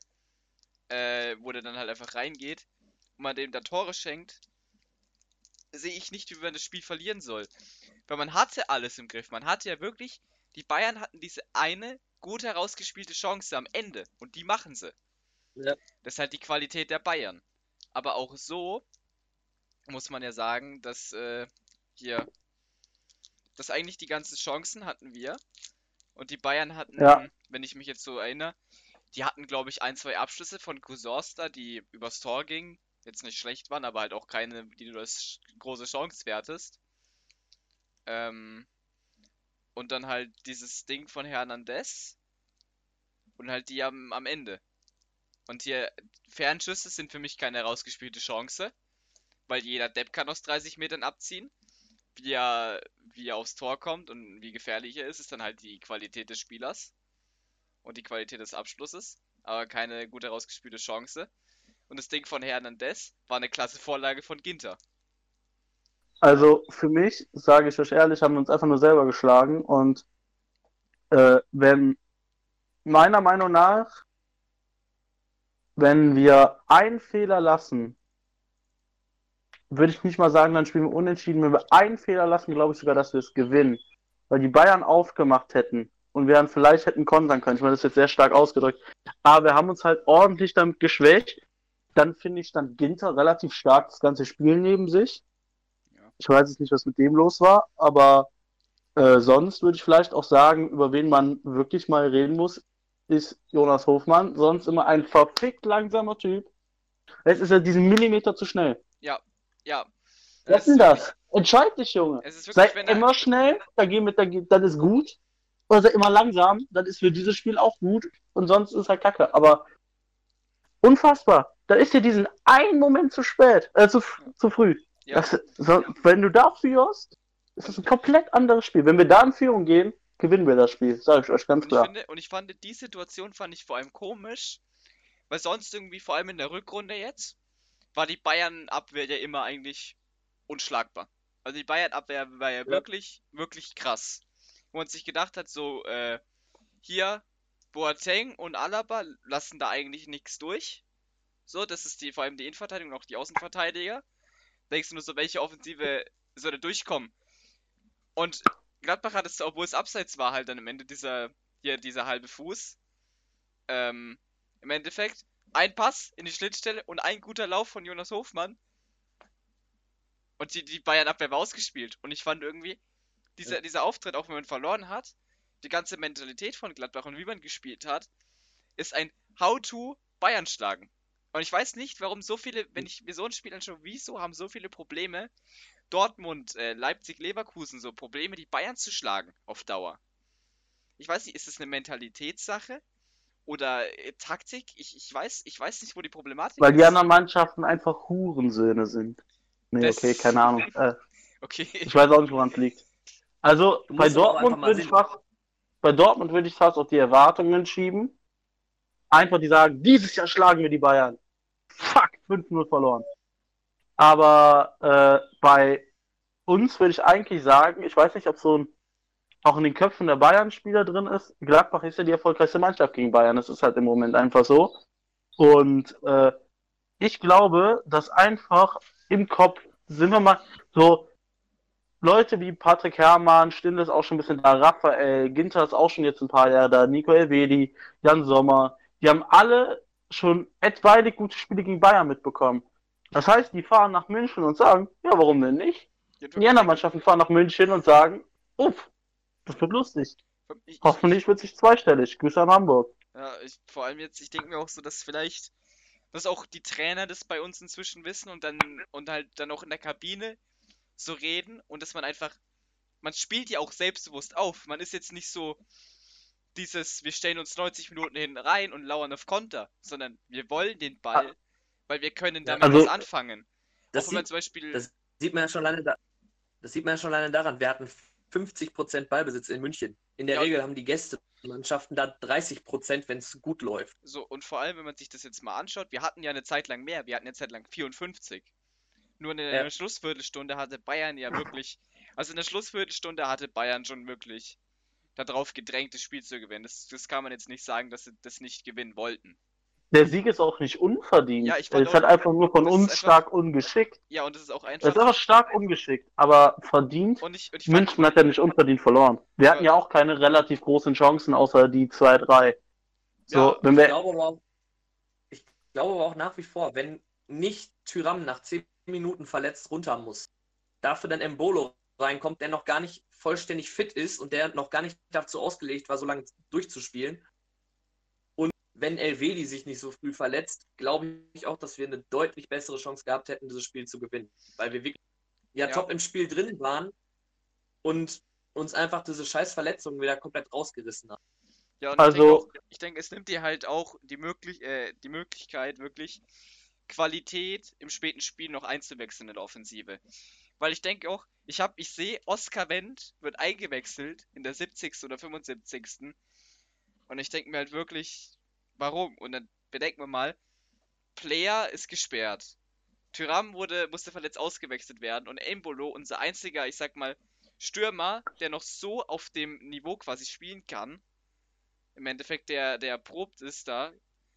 wo der dann halt einfach reingeht und man dem da Tore schenkt, sehe ich nicht, wie man das Spiel verlieren soll. Weil man hatte alles im Griff. Man hatte ja wirklich, die Bayern hatten diese eine gut herausgespielte Chance am Ende. Und die machen sie. Ja. Das ist halt die Qualität der Bayern. Aber auch so muss man ja sagen, dass dass eigentlich die ganzen Chancen hatten wir. Und die Bayern hatten, wenn ich mich jetzt so erinnere, die hatten, glaube ich, 1, 2 Abschlüsse von Cousins da, die übers Tor gingen. Jetzt nicht schlecht waren, aber halt auch keine, die du als große Chance wertest. Und dann halt dieses Ding von Hernandez. Und halt die am Ende. Und hier, Fernschüsse sind für mich keine herausgespielte Chance. Weil jeder Depp kann aus 30 Metern abziehen. Wie er aufs Tor kommt und wie gefährlich er ist dann halt die Qualität des Spielers. Und die Qualität des Abschlusses. Aber keine gut herausgespielte Chance. Und das Ding von Hernandez war eine klasse Vorlage von Ginter. Also für mich, sage ich euch ehrlich, haben wir uns einfach nur selber geschlagen und wenn meiner Meinung nach, wenn wir einen Fehler lassen, würde ich nicht mal sagen, dann spielen wir unentschieden. Wenn wir einen Fehler lassen, glaube ich sogar, dass wir es gewinnen. Weil die Bayern aufgemacht hätten und wir dann vielleicht hätten kontern können. Ich meine, das ist jetzt sehr stark ausgedrückt. Aber wir haben uns halt ordentlich damit geschwächt. Dann finde ich, stand Ginter relativ stark das ganze Spiel neben sich. Ja. Ich weiß jetzt nicht, was mit dem los war, aber sonst würde ich vielleicht auch sagen, über wen man wirklich mal reden muss, ist Jonas Hofmann. Sonst immer ein verfickt langsamer Typ. Jetzt ist er diesen Millimeter zu schnell. Ja, ja. Was ist denn das? Entscheid dich, Junge. Es ist Sei wirklich, wenn er, immer schnell, dann ist gut. Oder sei immer langsam, dann ist für dieses Spiel auch gut. Und sonst ist er kacke. Aber unfassbar. Da ist dir diesen einen Moment zu spät, zu früh. ja, Wenn du da führst, ist das ein komplett anderes Spiel. Wenn wir da in Führung gehen, gewinnen wir das Spiel. Sag ich euch ganz klar. und ich fand, die Situation fand ich vor allem komisch, weil sonst irgendwie, vor allem in der Rückrunde jetzt, war die Bayern-Abwehr ja immer eigentlich unschlagbar. Also die Bayern-Abwehr war ja Ja. wirklich, wirklich krass. Wo man sich gedacht hat, so, hier, Boateng und Alaba lassen da eigentlich nichts durch. So, das ist vor allem die Innenverteidigung und auch die Außenverteidiger. Denkst du nur so, welche Offensive soll da durchkommen? Und Gladbach hat es, obwohl es abseits war, halt dann am Ende dieser halbe Fuß. Im Endeffekt ein Pass in die Schnittstelle und ein guter Lauf von Jonas Hofmann. Und die Bayern-Abwehr war ausgespielt. Und ich fand irgendwie, dieser Auftritt, auch wenn man verloren hat, die ganze Mentalität von Gladbach und wie man gespielt hat, ist ein How-to Bayern schlagen. Und ich weiß nicht, warum so viele, wenn ich mir so ein Spiel anschaue, wieso haben so viele Probleme, Dortmund, Leipzig, Leverkusen, so Probleme, die Bayern zu schlagen auf Dauer. Ich weiß nicht, ist es eine Mentalitätssache oder Taktik? Ich weiß nicht, wo die Problematik Weil die ist. anderen Mannschaften einfach Hurensöhne sind. Nee, Das- okay, keine Ahnung. Okay. Ich weiß auch nicht, woran es liegt. Also Du bei musst aber auch Dortmund einfach mal würde ich sehen. fast, bei Dortmund würde ich fast auf die Erwartungen schieben. Einfach die sagen, dieses Jahr schlagen wir die Bayern. Fuck, 5-0 verloren. Aber bei uns würde ich eigentlich sagen, ich weiß nicht, ob so ein auch in den Köpfen der Bayern-Spieler drin ist. Gladbach ist ja die erfolgreichste Mannschaft gegen Bayern. Das ist halt im Moment einfach so. Und ich glaube, dass einfach im Kopf, sind wir mal so, Leute wie Patrick Herrmann, Stindl ist auch schon ein bisschen da, Raphael, Ginter ist auch schon jetzt ein paar Jahre da, Nico Elvedi, Jan Sommer, die haben alle schon etwaige gute Spiele gegen Bayern mitbekommen. Das heißt, die fahren nach München und sagen, ja, warum denn nicht? Die anderen Mannschaften fahren nach München und sagen, uff, das wird lustig. Hoffentlich wird sich zweistellig. Grüße an Hamburg. Ja, vor allem jetzt, ich denke mir auch so, dass vielleicht, dass auch die Trainer das bei uns inzwischen wissen und halt dann auch in der Kabine so reden und dass man spielt ja auch selbstbewusst auf. Man ist jetzt nicht so wir stellen uns 90 Minuten hinten rein und lauern auf Konter, sondern wir wollen den Ball, weil wir können damit Also- was anfangen. Das Auch wenn man sieht, zum Beispiel, das sieht man ja schon alleine daran. Wir hatten 50% Ballbesitz in München. In der Ja. Regel haben die Gästemannschaften da 30%, wenn es gut läuft. so, und vor allem, wenn man sich das jetzt mal anschaut, wir hatten ja eine Zeit lang mehr, wir hatten eine Zeit lang 54. Nur in der Ja. Schlussviertelstunde hatte Bayern ja wirklich, also in der Schlussviertelstunde hatte Bayern schon wirklich darauf gedrängt, das Spiel zu gewinnen. Das kann man jetzt nicht sagen, dass sie das nicht gewinnen wollten. Der Sieg ist auch nicht unverdient. Ja, ich Es fand ist halt auch- einfach nur von das ist uns einfach- stark ungeschickt. Ja, und es ist auch Es einfach. ist einfach stark ungeschickt, aber verdient. Und ich fand, München hat ja nicht unverdient verloren. Wir hatten ja auch keine relativ großen Chancen, außer die 2, 3. So, Ja, wenn Ich wir, glaube aber auch nach wie vor, wenn nicht Thuram nach 10 Minuten verletzt runter muss, dafür dann Embolo reinkommt, der noch gar nicht vollständig fit ist und der noch gar nicht dazu ausgelegt war, so lange durchzuspielen. Und wenn Elvedi sich nicht so früh verletzt, glaube ich auch, dass wir eine deutlich bessere Chance gehabt hätten, dieses Spiel zu gewinnen. Weil wir wirklich Ja. top im Spiel drin waren und uns einfach diese scheiß Verletzungen wieder komplett rausgerissen haben. ja, und Also- ich denke, es nimmt dir halt auch die Möglichkeit, wirklich Qualität im späten Spiel noch einzuwechseln in der Offensive. Weil ich denke auch, ich sehe, Oskar Wendt wird eingewechselt in der 70. oder 75. Und ich denke mir halt wirklich, warum? Und dann bedenken wir mal, Player ist gesperrt. Thuram musste verletzt ausgewechselt werden und Embolo, unser einziger, ich sag mal, Stürmer, der noch so auf dem Niveau quasi spielen kann, im Endeffekt der erprobt ist da,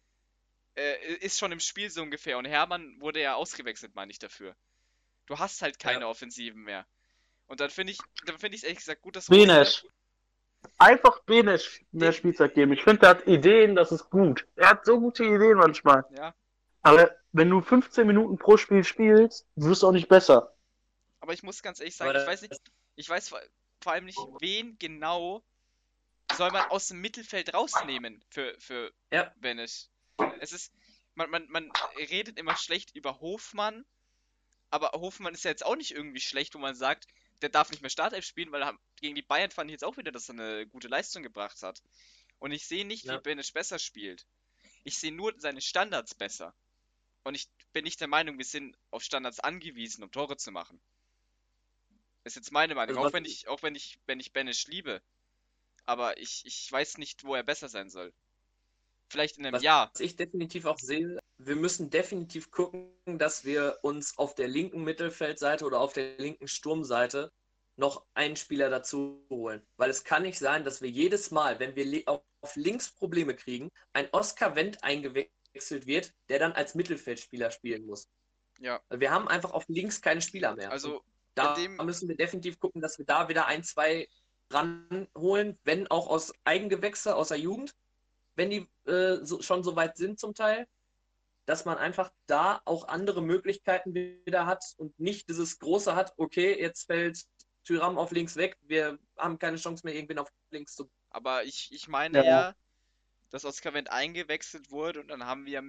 ist schon im Spiel so ungefähr. Und Hermann wurde ja ausgewechselt, meine ich dafür. Du hast halt keine Offensiven mehr. Und dann finde ich es ehrlich gesagt gut, dass Benesch. Einfach Benesch mehr Spielzeit geben. Ich finde, der hat Ideen, das ist gut. Er hat so gute Ideen manchmal. Ja. Aber wenn du 15 Minuten pro Spiel spielst, wirst du auch nicht besser. Aber ich muss ganz ehrlich sagen, ich weiß vor allem nicht, wen genau soll man aus dem Mittelfeld rausnehmen für Benesch. Es ist, man redet immer schlecht über Hofmann, aber Hofmann ist ja jetzt auch nicht irgendwie schlecht, wo man sagt, der darf nicht mehr Startelf spielen, weil gegen die Bayern fand ich jetzt auch wieder, dass er eine gute Leistung gebracht hat. Und ich sehe nicht, wie Benesch besser spielt. Ich sehe nur seine Standards besser. Und ich bin nicht der Meinung, wir sind auf Standards angewiesen, um Tore zu machen. Das ist jetzt meine Meinung, Also auch wenn ich Benesch liebe. Aber ich weiß nicht, wo er besser sein soll. Vielleicht in einem Jahr. Was ich definitiv auch sehe, wir müssen definitiv gucken, dass wir uns auf der linken Mittelfeldseite oder auf der linken Sturmseite noch einen Spieler dazu holen. Weil es kann nicht sein, dass wir jedes Mal, wenn wir auf links Probleme kriegen, ein Oskar Wendt eingewechselt wird, der dann als Mittelfeldspieler spielen muss. Ja. Wir haben einfach auf links keine Spieler mehr. Also da müssen wir definitiv gucken, dass wir da wieder 1, 2 ranholen, wenn auch aus Eigengewächse, aus der Jugend, wenn die schon so weit sind zum Teil, dass man einfach da auch andere Möglichkeiten wieder hat und nicht dieses große hat, okay, jetzt fällt Thuram auf links weg, wir haben keine Chance mehr, irgendwen auf links zu... Aber ich meine ja, dass Oskar Wendt eingewechselt wurde und dann haben wir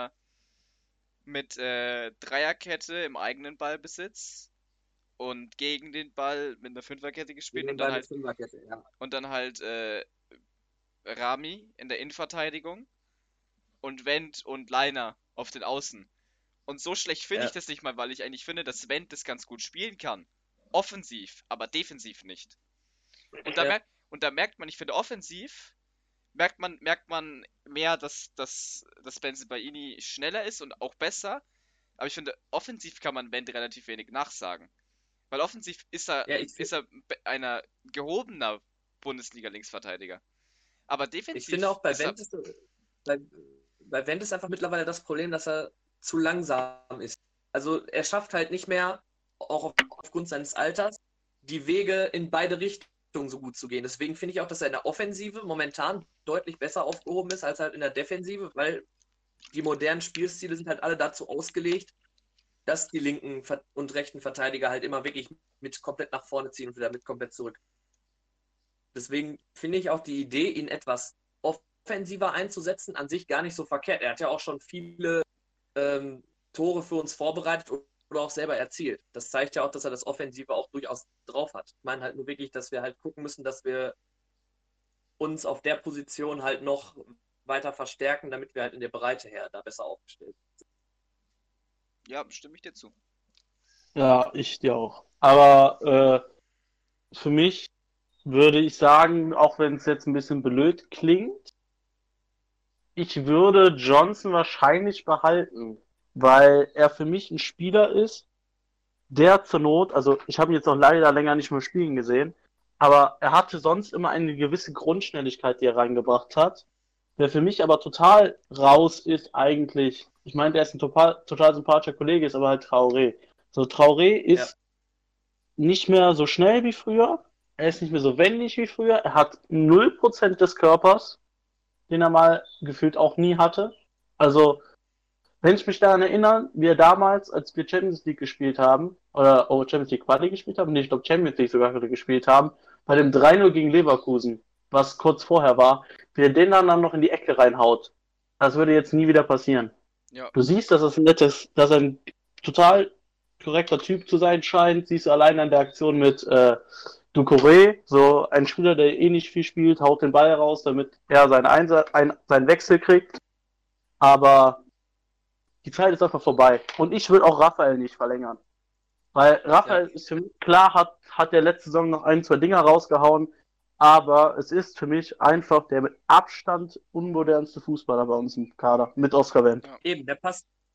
mit Dreierkette im eigenen Ballbesitz und gegen den Ball mit einer Fünferkette gespielt und dann halt Rami in der Innenverteidigung und Wendt und Leiner auf den Außen. Und so schlecht finde ich das nicht mal, weil ich eigentlich finde, dass Wendt das ganz gut spielen kann. Offensiv, aber defensiv nicht. Und da merkt man, ich finde, offensiv merkt man mehr, dass Bensebaini schneller ist und auch besser. Aber ich finde, offensiv kann man Wendt relativ wenig nachsagen. Weil offensiv ist er einer gehobener Bundesliga-Linksverteidiger. Aber defensiv. Ich finde auch bei Wendt ist einfach mittlerweile das Problem, dass er zu langsam ist. Also er schafft halt nicht mehr, auch aufgrund seines Alters, die Wege in beide Richtungen so gut zu gehen. Deswegen finde ich auch, dass er in der Offensive momentan deutlich besser aufgehoben ist als halt in der Defensive, weil die modernen Spielstile sind halt alle dazu ausgelegt, dass die linken und rechten Verteidiger halt immer wirklich mit komplett nach vorne ziehen und wieder mit komplett zurück. Deswegen finde ich auch die Idee, ihn etwas offensiver einzusetzen, an sich gar nicht so verkehrt. Er hat ja auch schon viele Tore für uns vorbereitet oder auch selber erzielt. Das zeigt ja auch, dass er das Offensive auch durchaus drauf hat. Ich meine halt nur wirklich, dass wir halt gucken müssen, dass wir uns auf der Position halt noch weiter verstärken, damit wir halt in der Breite her da besser aufgestellt sind. Ja, stimme ich dir zu. Ja, ich dir auch. Aber für mich würde ich sagen, auch wenn es jetzt ein bisschen blöd klingt, ich würde Johnson wahrscheinlich behalten, weil er für mich ein Spieler ist, der zur Not, also ich habe ihn jetzt noch leider länger nicht mehr spielen gesehen, aber er hatte sonst immer eine gewisse Grundschnelligkeit, die er reingebracht hat. Der für mich aber total raus ist eigentlich, ich meine, der ist ein total sympathischer Kollege, ist aber halt Traoré. So, Traoré ist nicht mehr so schnell wie früher, er ist nicht mehr so wendig wie früher, er hat 0% des Körpers, den er mal gefühlt auch nie hatte. Also, wenn ich mich daran erinnere, wie er damals, als wir Champions League gespielt haben, oder Champions League Quali gespielt haben, nee, ich glaube Champions League sogar gespielt haben, bei dem 3-0 gegen Leverkusen, was kurz vorher war, wie er den dann noch in die Ecke reinhaut. Das würde jetzt nie wieder passieren. Ja. Du siehst, dass er ein total korrekter Typ zu sein scheint, siehst du allein an der Aktion mit Doucouré, so ein Spieler, der eh nicht viel spielt, haut den Ball raus, damit er seinen Wechsel kriegt. Aber die Zeit ist einfach vorbei. Und ich will auch Raphael nicht verlängern. Weil Raphael ist für mich, klar hat der letzte Saison noch 1, 2 Dinger rausgehauen, aber es ist für mich einfach der mit Abstand unmodernste Fußballer bei uns im Kader, mit Oskar Wendt. Eben, der passt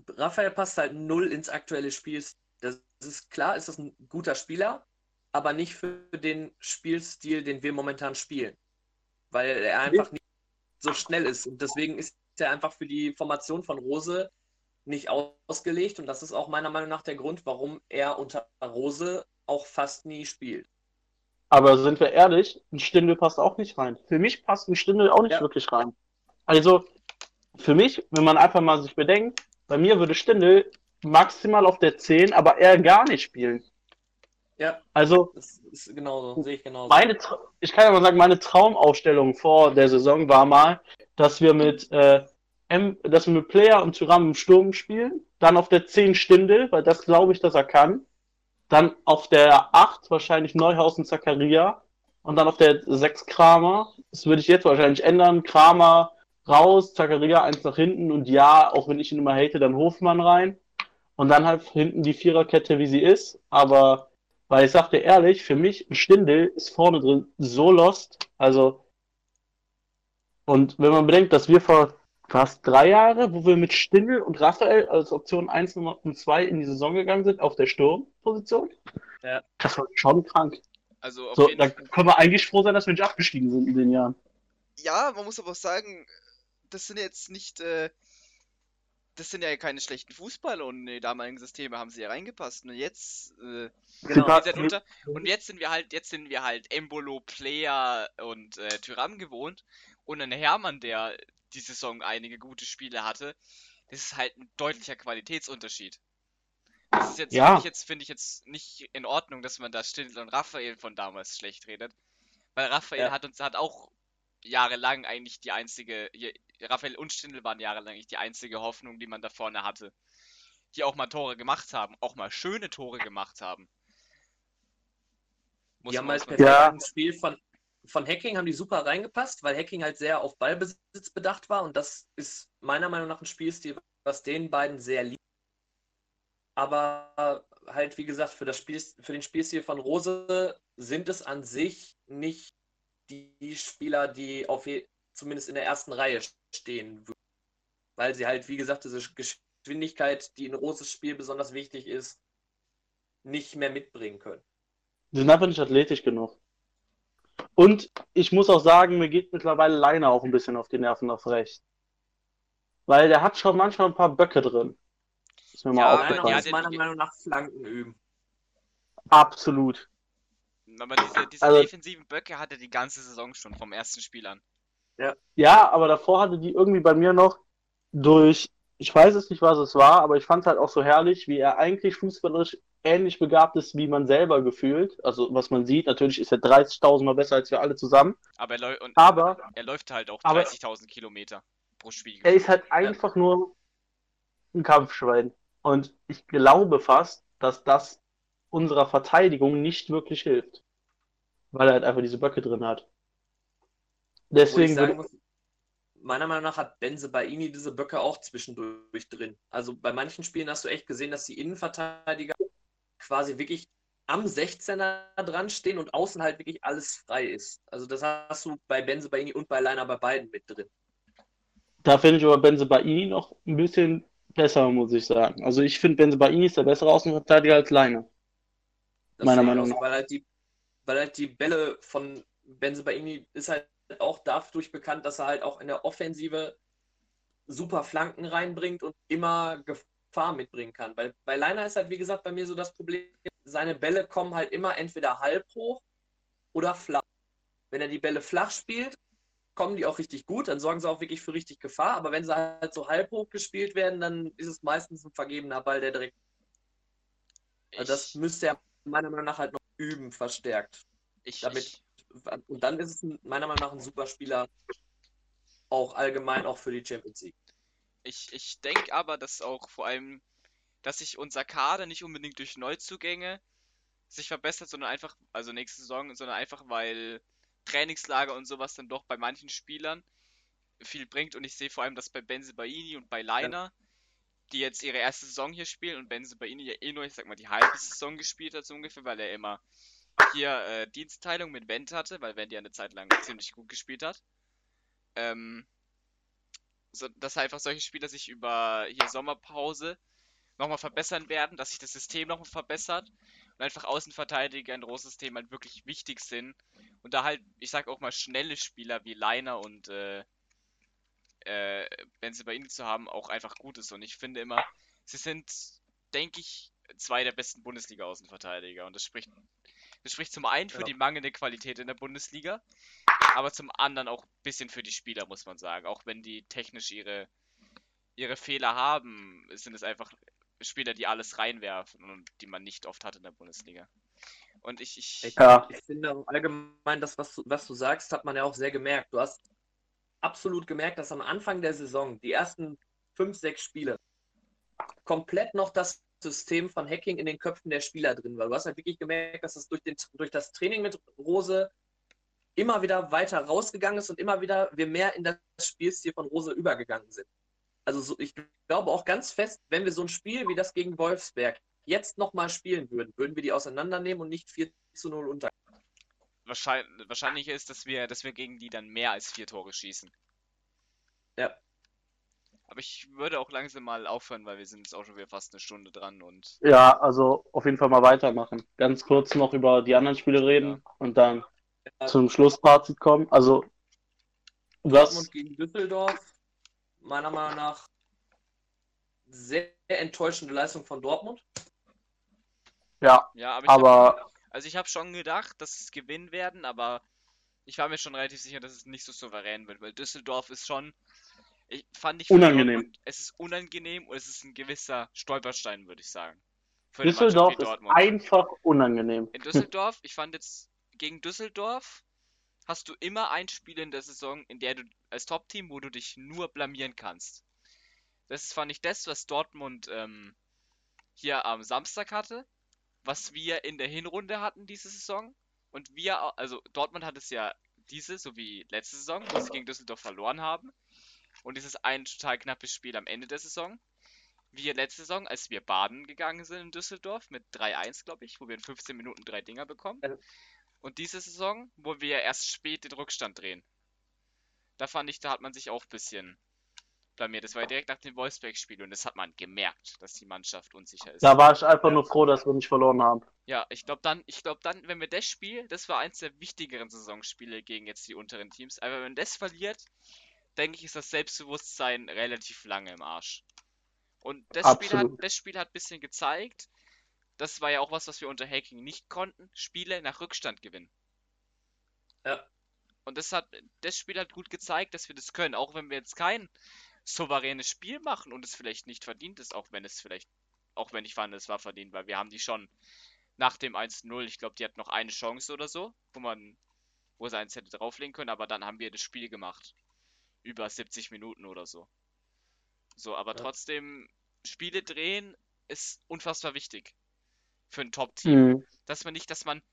Raphael passt halt null ins aktuelle Spiel. Das ist klar, ist das ein guter Spieler, aber nicht für den Spielstil, den wir momentan spielen. Weil er einfach nicht so schnell ist. Und deswegen ist er einfach für die Formation von Rose nicht ausgelegt. Und das ist auch meiner Meinung nach der Grund, warum er unter Rose auch fast nie spielt. Aber sind wir ehrlich, ein Stindl passt auch nicht rein. Für mich passt ein Stindl auch nicht wirklich rein. Also, für mich, wenn man einfach mal sich bedenkt, bei mir würde Stindl maximal auf der 10, aber eher gar nicht spielen. Ja, also das ist genauso, sehe ich genauso. Ich kann ja mal sagen, meine Traumaufstellung vor der Saison war mal, dass wir mit Player und Thuram im Sturm spielen, dann auf der 10 Stindl, weil das glaube ich, dass er kann. Dann auf der 8 wahrscheinlich Neuhaus und Zakaria. Und dann auf der 6 Kramer. Das würde ich jetzt wahrscheinlich ändern. Kramer raus, Zakaria 1 nach hinten. Und ja, auch wenn ich ihn immer hate, dann Hofmann rein. Und dann halt hinten die Viererkette, wie sie ist. Aber, weil ich sag dir ehrlich, für mich, ein Stindl ist vorne drin so lost. Also, und wenn man bedenkt, dass wir vor fast 3 Jahre, wo wir mit Stindl und Raphael als Option 1 und 2 in die Saison gegangen sind, auf der Sturmposition. Ja. Das war schon krank. Also auf So, jeden da Fall. können wir eigentlich froh sein, dass wir nicht abgestiegen sind in den Jahren. Ja, man muss aber auch sagen, das sind jetzt nicht, das sind ja keine schlechten Fußballer und in die damaligen Systeme haben sie ja reingepasst. Und jetzt, Genau. und jetzt sind wir halt Embolo, Player und Thuram gewohnt und ein Hermann, der die Saison einige gute Spiele hatte. Das ist halt ein deutlicher Qualitätsunterschied. Das ist jetzt, Ja. finde ich jetzt nicht in Ordnung, dass man da Stindl und Raphael von damals schlecht redet. Weil Raphael Ja. hat auch jahrelang eigentlich Raphael und Stindl waren jahrelang eigentlich die einzige Hoffnung, die man da vorne hatte. Die auch mal Tore gemacht haben, auch mal schöne Tore gemacht haben. Die haben halt mal perfekt Ja. ins Spiel von Hacking haben die super reingepasst, weil Hacking halt sehr auf Ballbesitz bedacht war und das ist meiner Meinung nach ein Spielstil, was den beiden sehr liegt. Aber halt, wie gesagt, für den Spielstil von Rose sind es an sich nicht die Spieler, die zumindest in der ersten Reihe stehen würden. Weil sie halt, wie gesagt, diese Geschwindigkeit, die in Roses Spiel besonders wichtig ist, nicht mehr mitbringen können. Die sind einfach nicht athletisch genug. Und ich muss auch sagen, mir geht mittlerweile Leiner auch ein bisschen auf die Nerven auf rechts. Weil der hat schon manchmal ein paar Böcke drin. Ist mir Ja, mal aber Einer aufgefallen. muss meiner Meinung nach Flanken üben. Absolut. Aber diese Also- defensiven Böcke hat er die ganze Saison schon vom ersten Spiel an. Ja, aber davor hatte die irgendwie bei mir noch ich weiß es nicht, was es war, aber ich fand es halt auch so herrlich, wie er eigentlich fußballerisch ähnlich begabt ist, wie man selber gefühlt. Also, was man sieht, natürlich ist er 30.000 Mal besser als wir alle zusammen. Aber Aber er läuft halt auch aber- 30.000 Kilometer pro Spiel. er ist halt einfach nur ein Kampfschwein. Und ich glaube fast, dass das unserer Verteidigung nicht wirklich hilft. Weil er halt einfach diese Böcke drin hat. Wo ich Deswegen sagen muss, meiner Meinung nach hat Bensebaini diese Böcke auch zwischendurch drin. Also bei manchen Spielen hast du echt gesehen, dass die Innenverteidiger quasi wirklich am 16er dran stehen und außen halt wirklich alles frei ist. Also das hast du bei Bensebaini und bei Leiner bei beiden mit drin. Da finde ich aber Bensebaini noch ein bisschen besser, muss ich sagen. Also ich finde, Bensebaini ist der bessere Außenverteidiger als Leine. Das Meiner sehe ich Meinung auch so, nach. weil halt die Bälle von Bensebaini ist halt auch dadurch bekannt, dass er halt auch in der Offensive super Flanken reinbringt und immer Gefahr mitbringen kann. Bei Leiner ist halt, wie gesagt, bei mir so das Problem, seine Bälle kommen halt immer entweder halb hoch oder flach. Wenn er die Bälle flach spielt, kommen die auch richtig gut, dann sorgen sie auch wirklich für richtig Gefahr, aber wenn sie halt so halb hoch gespielt werden, dann ist es meistens ein vergebener Ball, der direkt. Also das müsste er meiner Meinung nach halt noch üben, verstärkt. Und dann ist es meiner Meinung nach ein super Spieler, auch allgemein auch für die Champions League. Ich denke aber, dass auch vor allem, dass sich unser Kader nicht unbedingt durch Neuzugänge sich verbessert, sondern einfach, also nächste Saison, sondern einfach, weil Trainingslager und sowas dann doch bei manchen Spielern viel bringt. Und ich sehe vor allem, dass bei Bensebaini und bei Leiner, die jetzt ihre erste Saison hier spielen und Bensebaini ja eh nur, ich sag mal, die halbe Saison gespielt hat so ungefähr, weil er immer hier Dienstteilung mit Wendt hatte, weil Wendt ja eine Zeit lang ziemlich gut gespielt hat. dass einfach solche Spieler sich über hier Sommerpause nochmal verbessern werden, dass sich das System nochmal verbessert und einfach Außenverteidiger in großes System halt wirklich wichtig sind. Und da halt, ich sag auch mal, schnelle Spieler wie Leiner und Bensebaini zu haben, auch einfach gut ist. Und ich finde immer, sie sind, denke ich, zwei der besten Bundesliga-Außenverteidiger. Und das spricht zum einen für Ja. die mangelnde Qualität in der Bundesliga, aber zum anderen auch ein bisschen für die Spieler, muss man sagen. Auch wenn die technisch ihre Fehler haben, sind es einfach Spieler, die alles reinwerfen und die man nicht oft hat in der Bundesliga. Und ich Ja, Ich finde auch allgemein, das, was du sagst, hat man ja auch sehr gemerkt. Du hast absolut gemerkt, dass am Anfang der Saison, die ersten 5, 6 Spiele, komplett noch das System von Hacking in den Köpfen der Spieler drin war. Du hast halt wirklich gemerkt, dass es durch das Training mit Rose immer wieder weiter rausgegangen ist und immer wieder wir mehr in das Spielstil von Rose übergegangen sind. Also ich glaube auch ganz fest, wenn wir so ein Spiel wie das gegen Wolfsberg jetzt nochmal spielen würden, würden wir die auseinandernehmen und nicht 4-0 unter. wahrscheinlich ist, dass wir gegen die dann mehr als 4 Tore schießen. Ja. Aber ich würde auch langsam mal aufhören, weil wir sind jetzt auch schon wieder fast eine Stunde dran und ja, also auf jeden Fall mal weitermachen. Ganz kurz noch über die anderen Spiele reden und dann zum Schlussfazit kommen. Also, Dortmund gegen Düsseldorf, meiner Meinung nach sehr enttäuschende Leistung von Dortmund. ja, aber ich habe schon gedacht, dass es gewinnen werden, aber ich war mir schon relativ sicher, dass es nicht so souverän wird, weil Düsseldorf ist schon, fand ich für unangenehm. Dortmund, es ist unangenehm und es ist ein gewisser Stolperstein, würde ich sagen. Für Düsseldorf eine Mannschaft wie ist Dortmund. einfach unangenehm. In Düsseldorf, ich fand jetzt, gegen Düsseldorf hast du immer ein Spiel in der Saison, in der du als Top-Team, wo du dich nur blamieren kannst. Das ist, fand ich, das, was Dortmund hier am Samstag hatte, was wir in der Hinrunde hatten diese Saison. Und also Dortmund hat es ja diese, so wie letzte Saison, wo sie gegen Düsseldorf verloren haben. Und dieses ein total knappes Spiel am Ende der Saison. Wir letzte Saison, als wir baden gegangen sind in Düsseldorf mit 3-1, glaube ich, wo wir in 15 Minuten 3 Dinger bekommen. Ja. Und diese Saison, wo wir erst spät den Rückstand drehen. Da fand ich, da hat man sich auch ein bisschen blamiert. Das war ja direkt nach dem Wolfsberg-Spiel und das hat man gemerkt, dass die Mannschaft unsicher ist. Da war ich einfach nur froh, dass wir nicht verloren haben. Ja, ich glaube dann, wenn wir das Spiel, das war eins der wichtigeren Saisonspiele gegen jetzt die unteren Teams, aber wenn man das verliert, denke ich, ist das Selbstbewusstsein relativ lange im Arsch. Und das Spiel hat ein bisschen gezeigt, das war ja auch was wir unter Hacking nicht konnten, Spiele nach Rückstand gewinnen. Ja. Und das Spiel hat gut gezeigt, dass wir das können, auch wenn wir jetzt kein souveränes Spiel machen und es vielleicht nicht verdient ist, auch wenn ich fand, es war verdient, weil wir haben die schon nach dem 1-0, ich glaube, die hatten noch eine Chance oder so, wo sie eins hätte drauflegen können, aber dann haben wir das Spiel gemacht. Über 70 Minuten oder so. So, aber trotzdem, Spiele drehen ist unfassbar wichtig. Für ein Top-Team. Dass man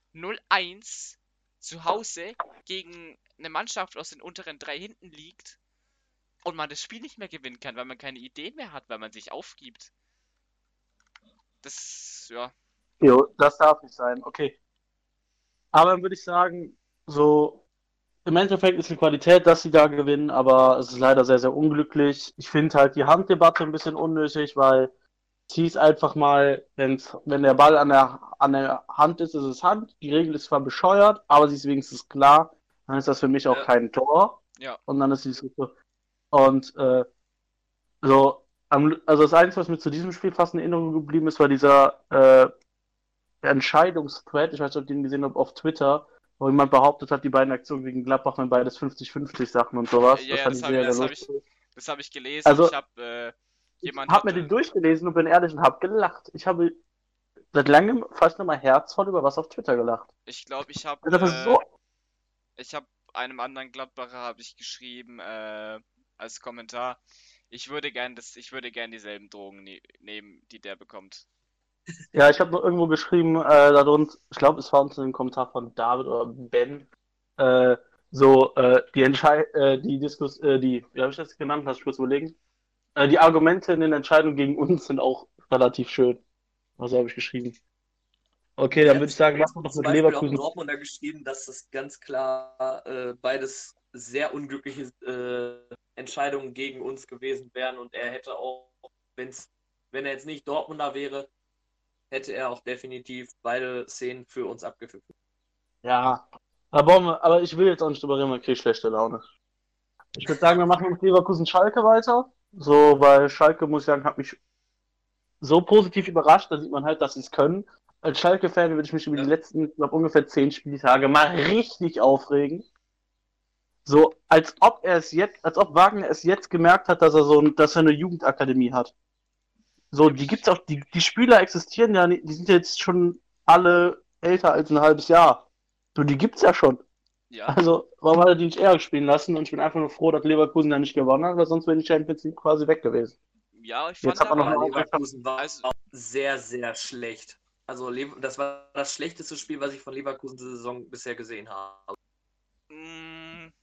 0-1 zu Hause gegen eine Mannschaft aus den unteren 3 hinten liegt und man das Spiel nicht mehr gewinnen kann, weil man keine Ideen mehr hat, weil man sich aufgibt. Das, ja. Jo, das darf nicht sein, okay. Aber dann würde ich sagen, so im Endeffekt ist die Qualität, dass sie da gewinnen, aber es ist leider sehr, sehr unglücklich. Ich finde halt die Handdebatte ein bisschen unnötig, weil es hieß einfach mal, wenn der Ball an der Hand ist es Hand. Die Regel ist zwar bescheuert, aber sie ist wenigstens klar. Dann ist das für mich auch kein Tor. Ja. Und dann ist sie so. Und also das Einzige, was mir zu diesem Spiel fast in Erinnerung geblieben ist, war dieser Entscheidungsthread, ich weiß nicht, ob ihr den gesehen habt, auf Twitter, wo jemand behauptet hat, die beiden Aktionen gegen Gladbach waren beides 50-50 Sachen und sowas. Ja, das habe ich gelesen. Also, ich habe mir den durchgelesen und bin ehrlich und habe gelacht. Ich habe seit langem fast nochmal herzvoll über was auf Twitter gelacht. Ich glaube, ich habe einem anderen Gladbacher habe ich geschrieben als Kommentar, ich würde gern dieselben Drogen nehmen, die der bekommt. Ja, ich habe noch irgendwo geschrieben, darunter, ich glaube, es war unter dem Kommentar von David oder Ben, wie habe ich das genannt? Lass ich kurz überlegen. Die Argumente in den Entscheidungen gegen uns sind auch relativ schön. Also habe ich geschrieben. Okay, dann würde ich sagen, lass uns doch mit Leverkusen. Auch Dortmund da geschrieben, dass das ganz klar beides sehr unglückliche Entscheidungen gegen uns gewesen wären und er hätte auch, wenn er jetzt nicht Dortmunder wäre, hätte er auch definitiv beide Szenen für uns abgepfiffen. Ja. Aber ich will jetzt auch nicht drüber reden, weil ich kriege schlechte Laune. Ich würde sagen, wir machen mit Leverkusen-Schalke weiter. So, weil Schalke, muss ich sagen, hat mich so positiv überrascht, da sieht man halt, dass sie es können. Als Schalke-Fan würde ich mich über die letzten, ich glaube, ungefähr 10 Spieltage mal richtig aufregen. So, als ob Wagner es jetzt gemerkt hat, dass er eine Jugendakademie hat. So, die gibt's auch, die Spieler existieren ja nicht, die sind jetzt schon alle älter als ein halbes Jahr. So, die gibt's ja schon. Ja, Also, warum hat er die nicht eher spielen lassen? Und ich bin einfach nur froh, dass Leverkusen da nicht gewonnen hat, weil sonst wäre die Champions League quasi weg gewesen. ja, ich Jetzt fand hat man noch aber, mal Leverkusen war also, auch sehr, sehr schlecht. Also das war das schlechteste Spiel, was ich von Leverkusen diese Saison bisher gesehen habe. mh,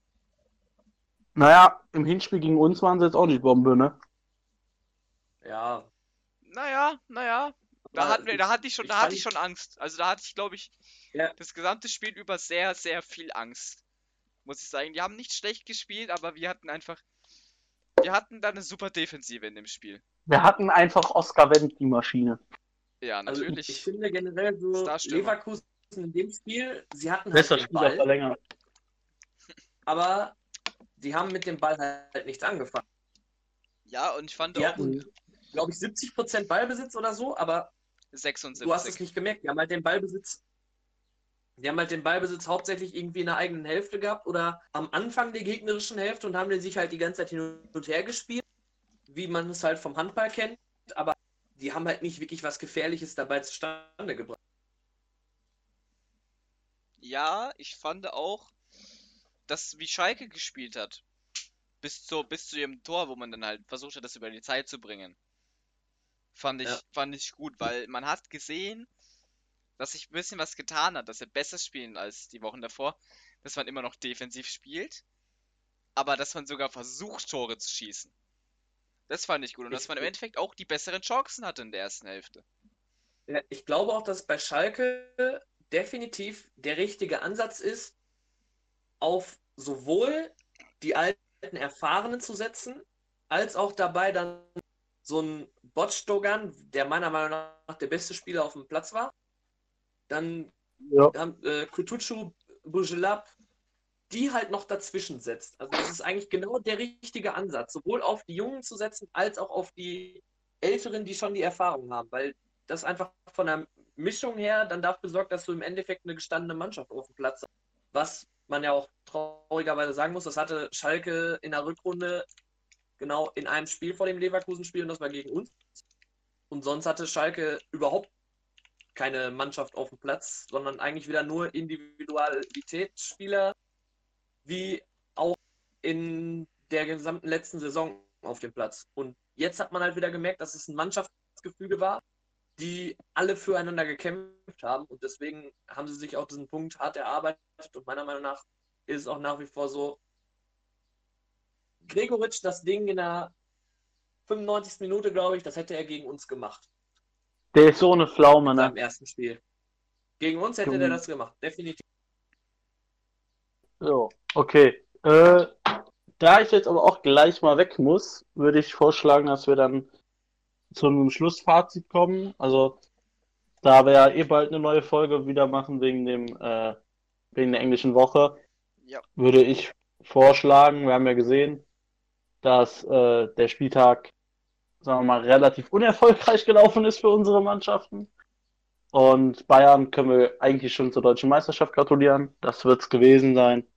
Naja, im Hinspiel gegen uns waren sie jetzt auch nicht Bombe, ne? Ja, naja, da aber hatte ich fand- schon Angst. Also da hatte ich, glaube ich, Ja. das gesamte Spiel über sehr, sehr viel Angst. Muss ich sagen. Die haben nicht schlecht gespielt, aber wir hatten da eine super Defensive in dem Spiel. Wir hatten einfach Oscar Wendt, die Maschine. Ja, also natürlich. ich finde generell so Starstürmer. Leverkusen in dem Spiel, sie hatten halt Bester den Spieler Ball, verlängert. aber die haben mit dem Ball halt nichts angefangen. Ja, und ich fand Die auch hatten, glaube ich, 70% Ballbesitz oder so, aber du hast es 76. nicht gemerkt. Die haben halt den Ballbesitz hauptsächlich irgendwie in der eigenen Hälfte gehabt oder am Anfang der gegnerischen Hälfte und haben den sich halt die ganze Zeit hin und her gespielt, wie man es halt vom Handball kennt, aber die haben halt nicht wirklich was Gefährliches dabei zustande gebracht. Ja, ich fand auch, dass wie Schalke gespielt hat. Bis zu ihrem Tor, wo man dann halt versucht hat, das über die Zeit zu bringen. Fand ich gut, weil man hat gesehen, dass sich ein bisschen was getan hat, dass wir besser spielen als die Wochen davor, dass man immer noch defensiv spielt, aber dass man sogar versucht, Tore zu schießen. Das fand ich gut und dass man im Endeffekt auch die besseren Chancen hatte in der ersten Hälfte. Ja, ich glaube auch, dass bei Schalke definitiv der richtige Ansatz ist, auf sowohl die alten Erfahrenen zu setzen, als auch dabei dann so ein Botstogan, der meiner Meinung nach der beste Spieler auf dem Platz war, dann Ja. Kutucu, Bujelab, die halt noch dazwischen setzt. Also das ist eigentlich genau der richtige Ansatz, sowohl auf die Jungen zu setzen, als auch auf die Älteren, die schon die Erfahrung haben, weil das einfach von der Mischung her dann dafür sorgt, dass du im Endeffekt eine gestandene Mannschaft auf dem Platz hast. Was man ja auch traurigerweise sagen muss, das hatte Schalke in der Rückrunde genau in einem Spiel vor dem Leverkusen-Spiel und das war gegen uns. Und sonst hatte Schalke überhaupt keine Mannschaft auf dem Platz, sondern eigentlich wieder nur Individualitätsspieler, wie auch in der gesamten letzten Saison auf dem Platz. Und jetzt hat man halt wieder gemerkt, dass es ein Mannschaftsgefüge war, die alle füreinander gekämpft haben und deswegen haben sie sich auch diesen Punkt hart erarbeitet und meiner Meinung nach ist es auch nach wie vor so, Gregoritsch das Ding in der 95. Minute, glaube ich, das hätte er gegen uns gemacht. Der ist so eine Pflaume, In ne? seinem ersten Spiel. Gegen uns hätte der das gemacht, definitiv. So, okay. Da ich jetzt aber auch gleich mal weg muss, würde ich vorschlagen, dass wir dann zu einem Schlussfazit kommen. Also, da wir ja eh bald eine neue Folge wieder machen wegen der englischen Woche, Ja. würde ich vorschlagen, wir haben ja gesehen, dass der Spieltag, sagen wir mal, relativ unerfolgreich gelaufen ist für unsere Mannschaften. Und Bayern können wir eigentlich schon zur deutschen Meisterschaft gratulieren. Das wird's gewesen sein.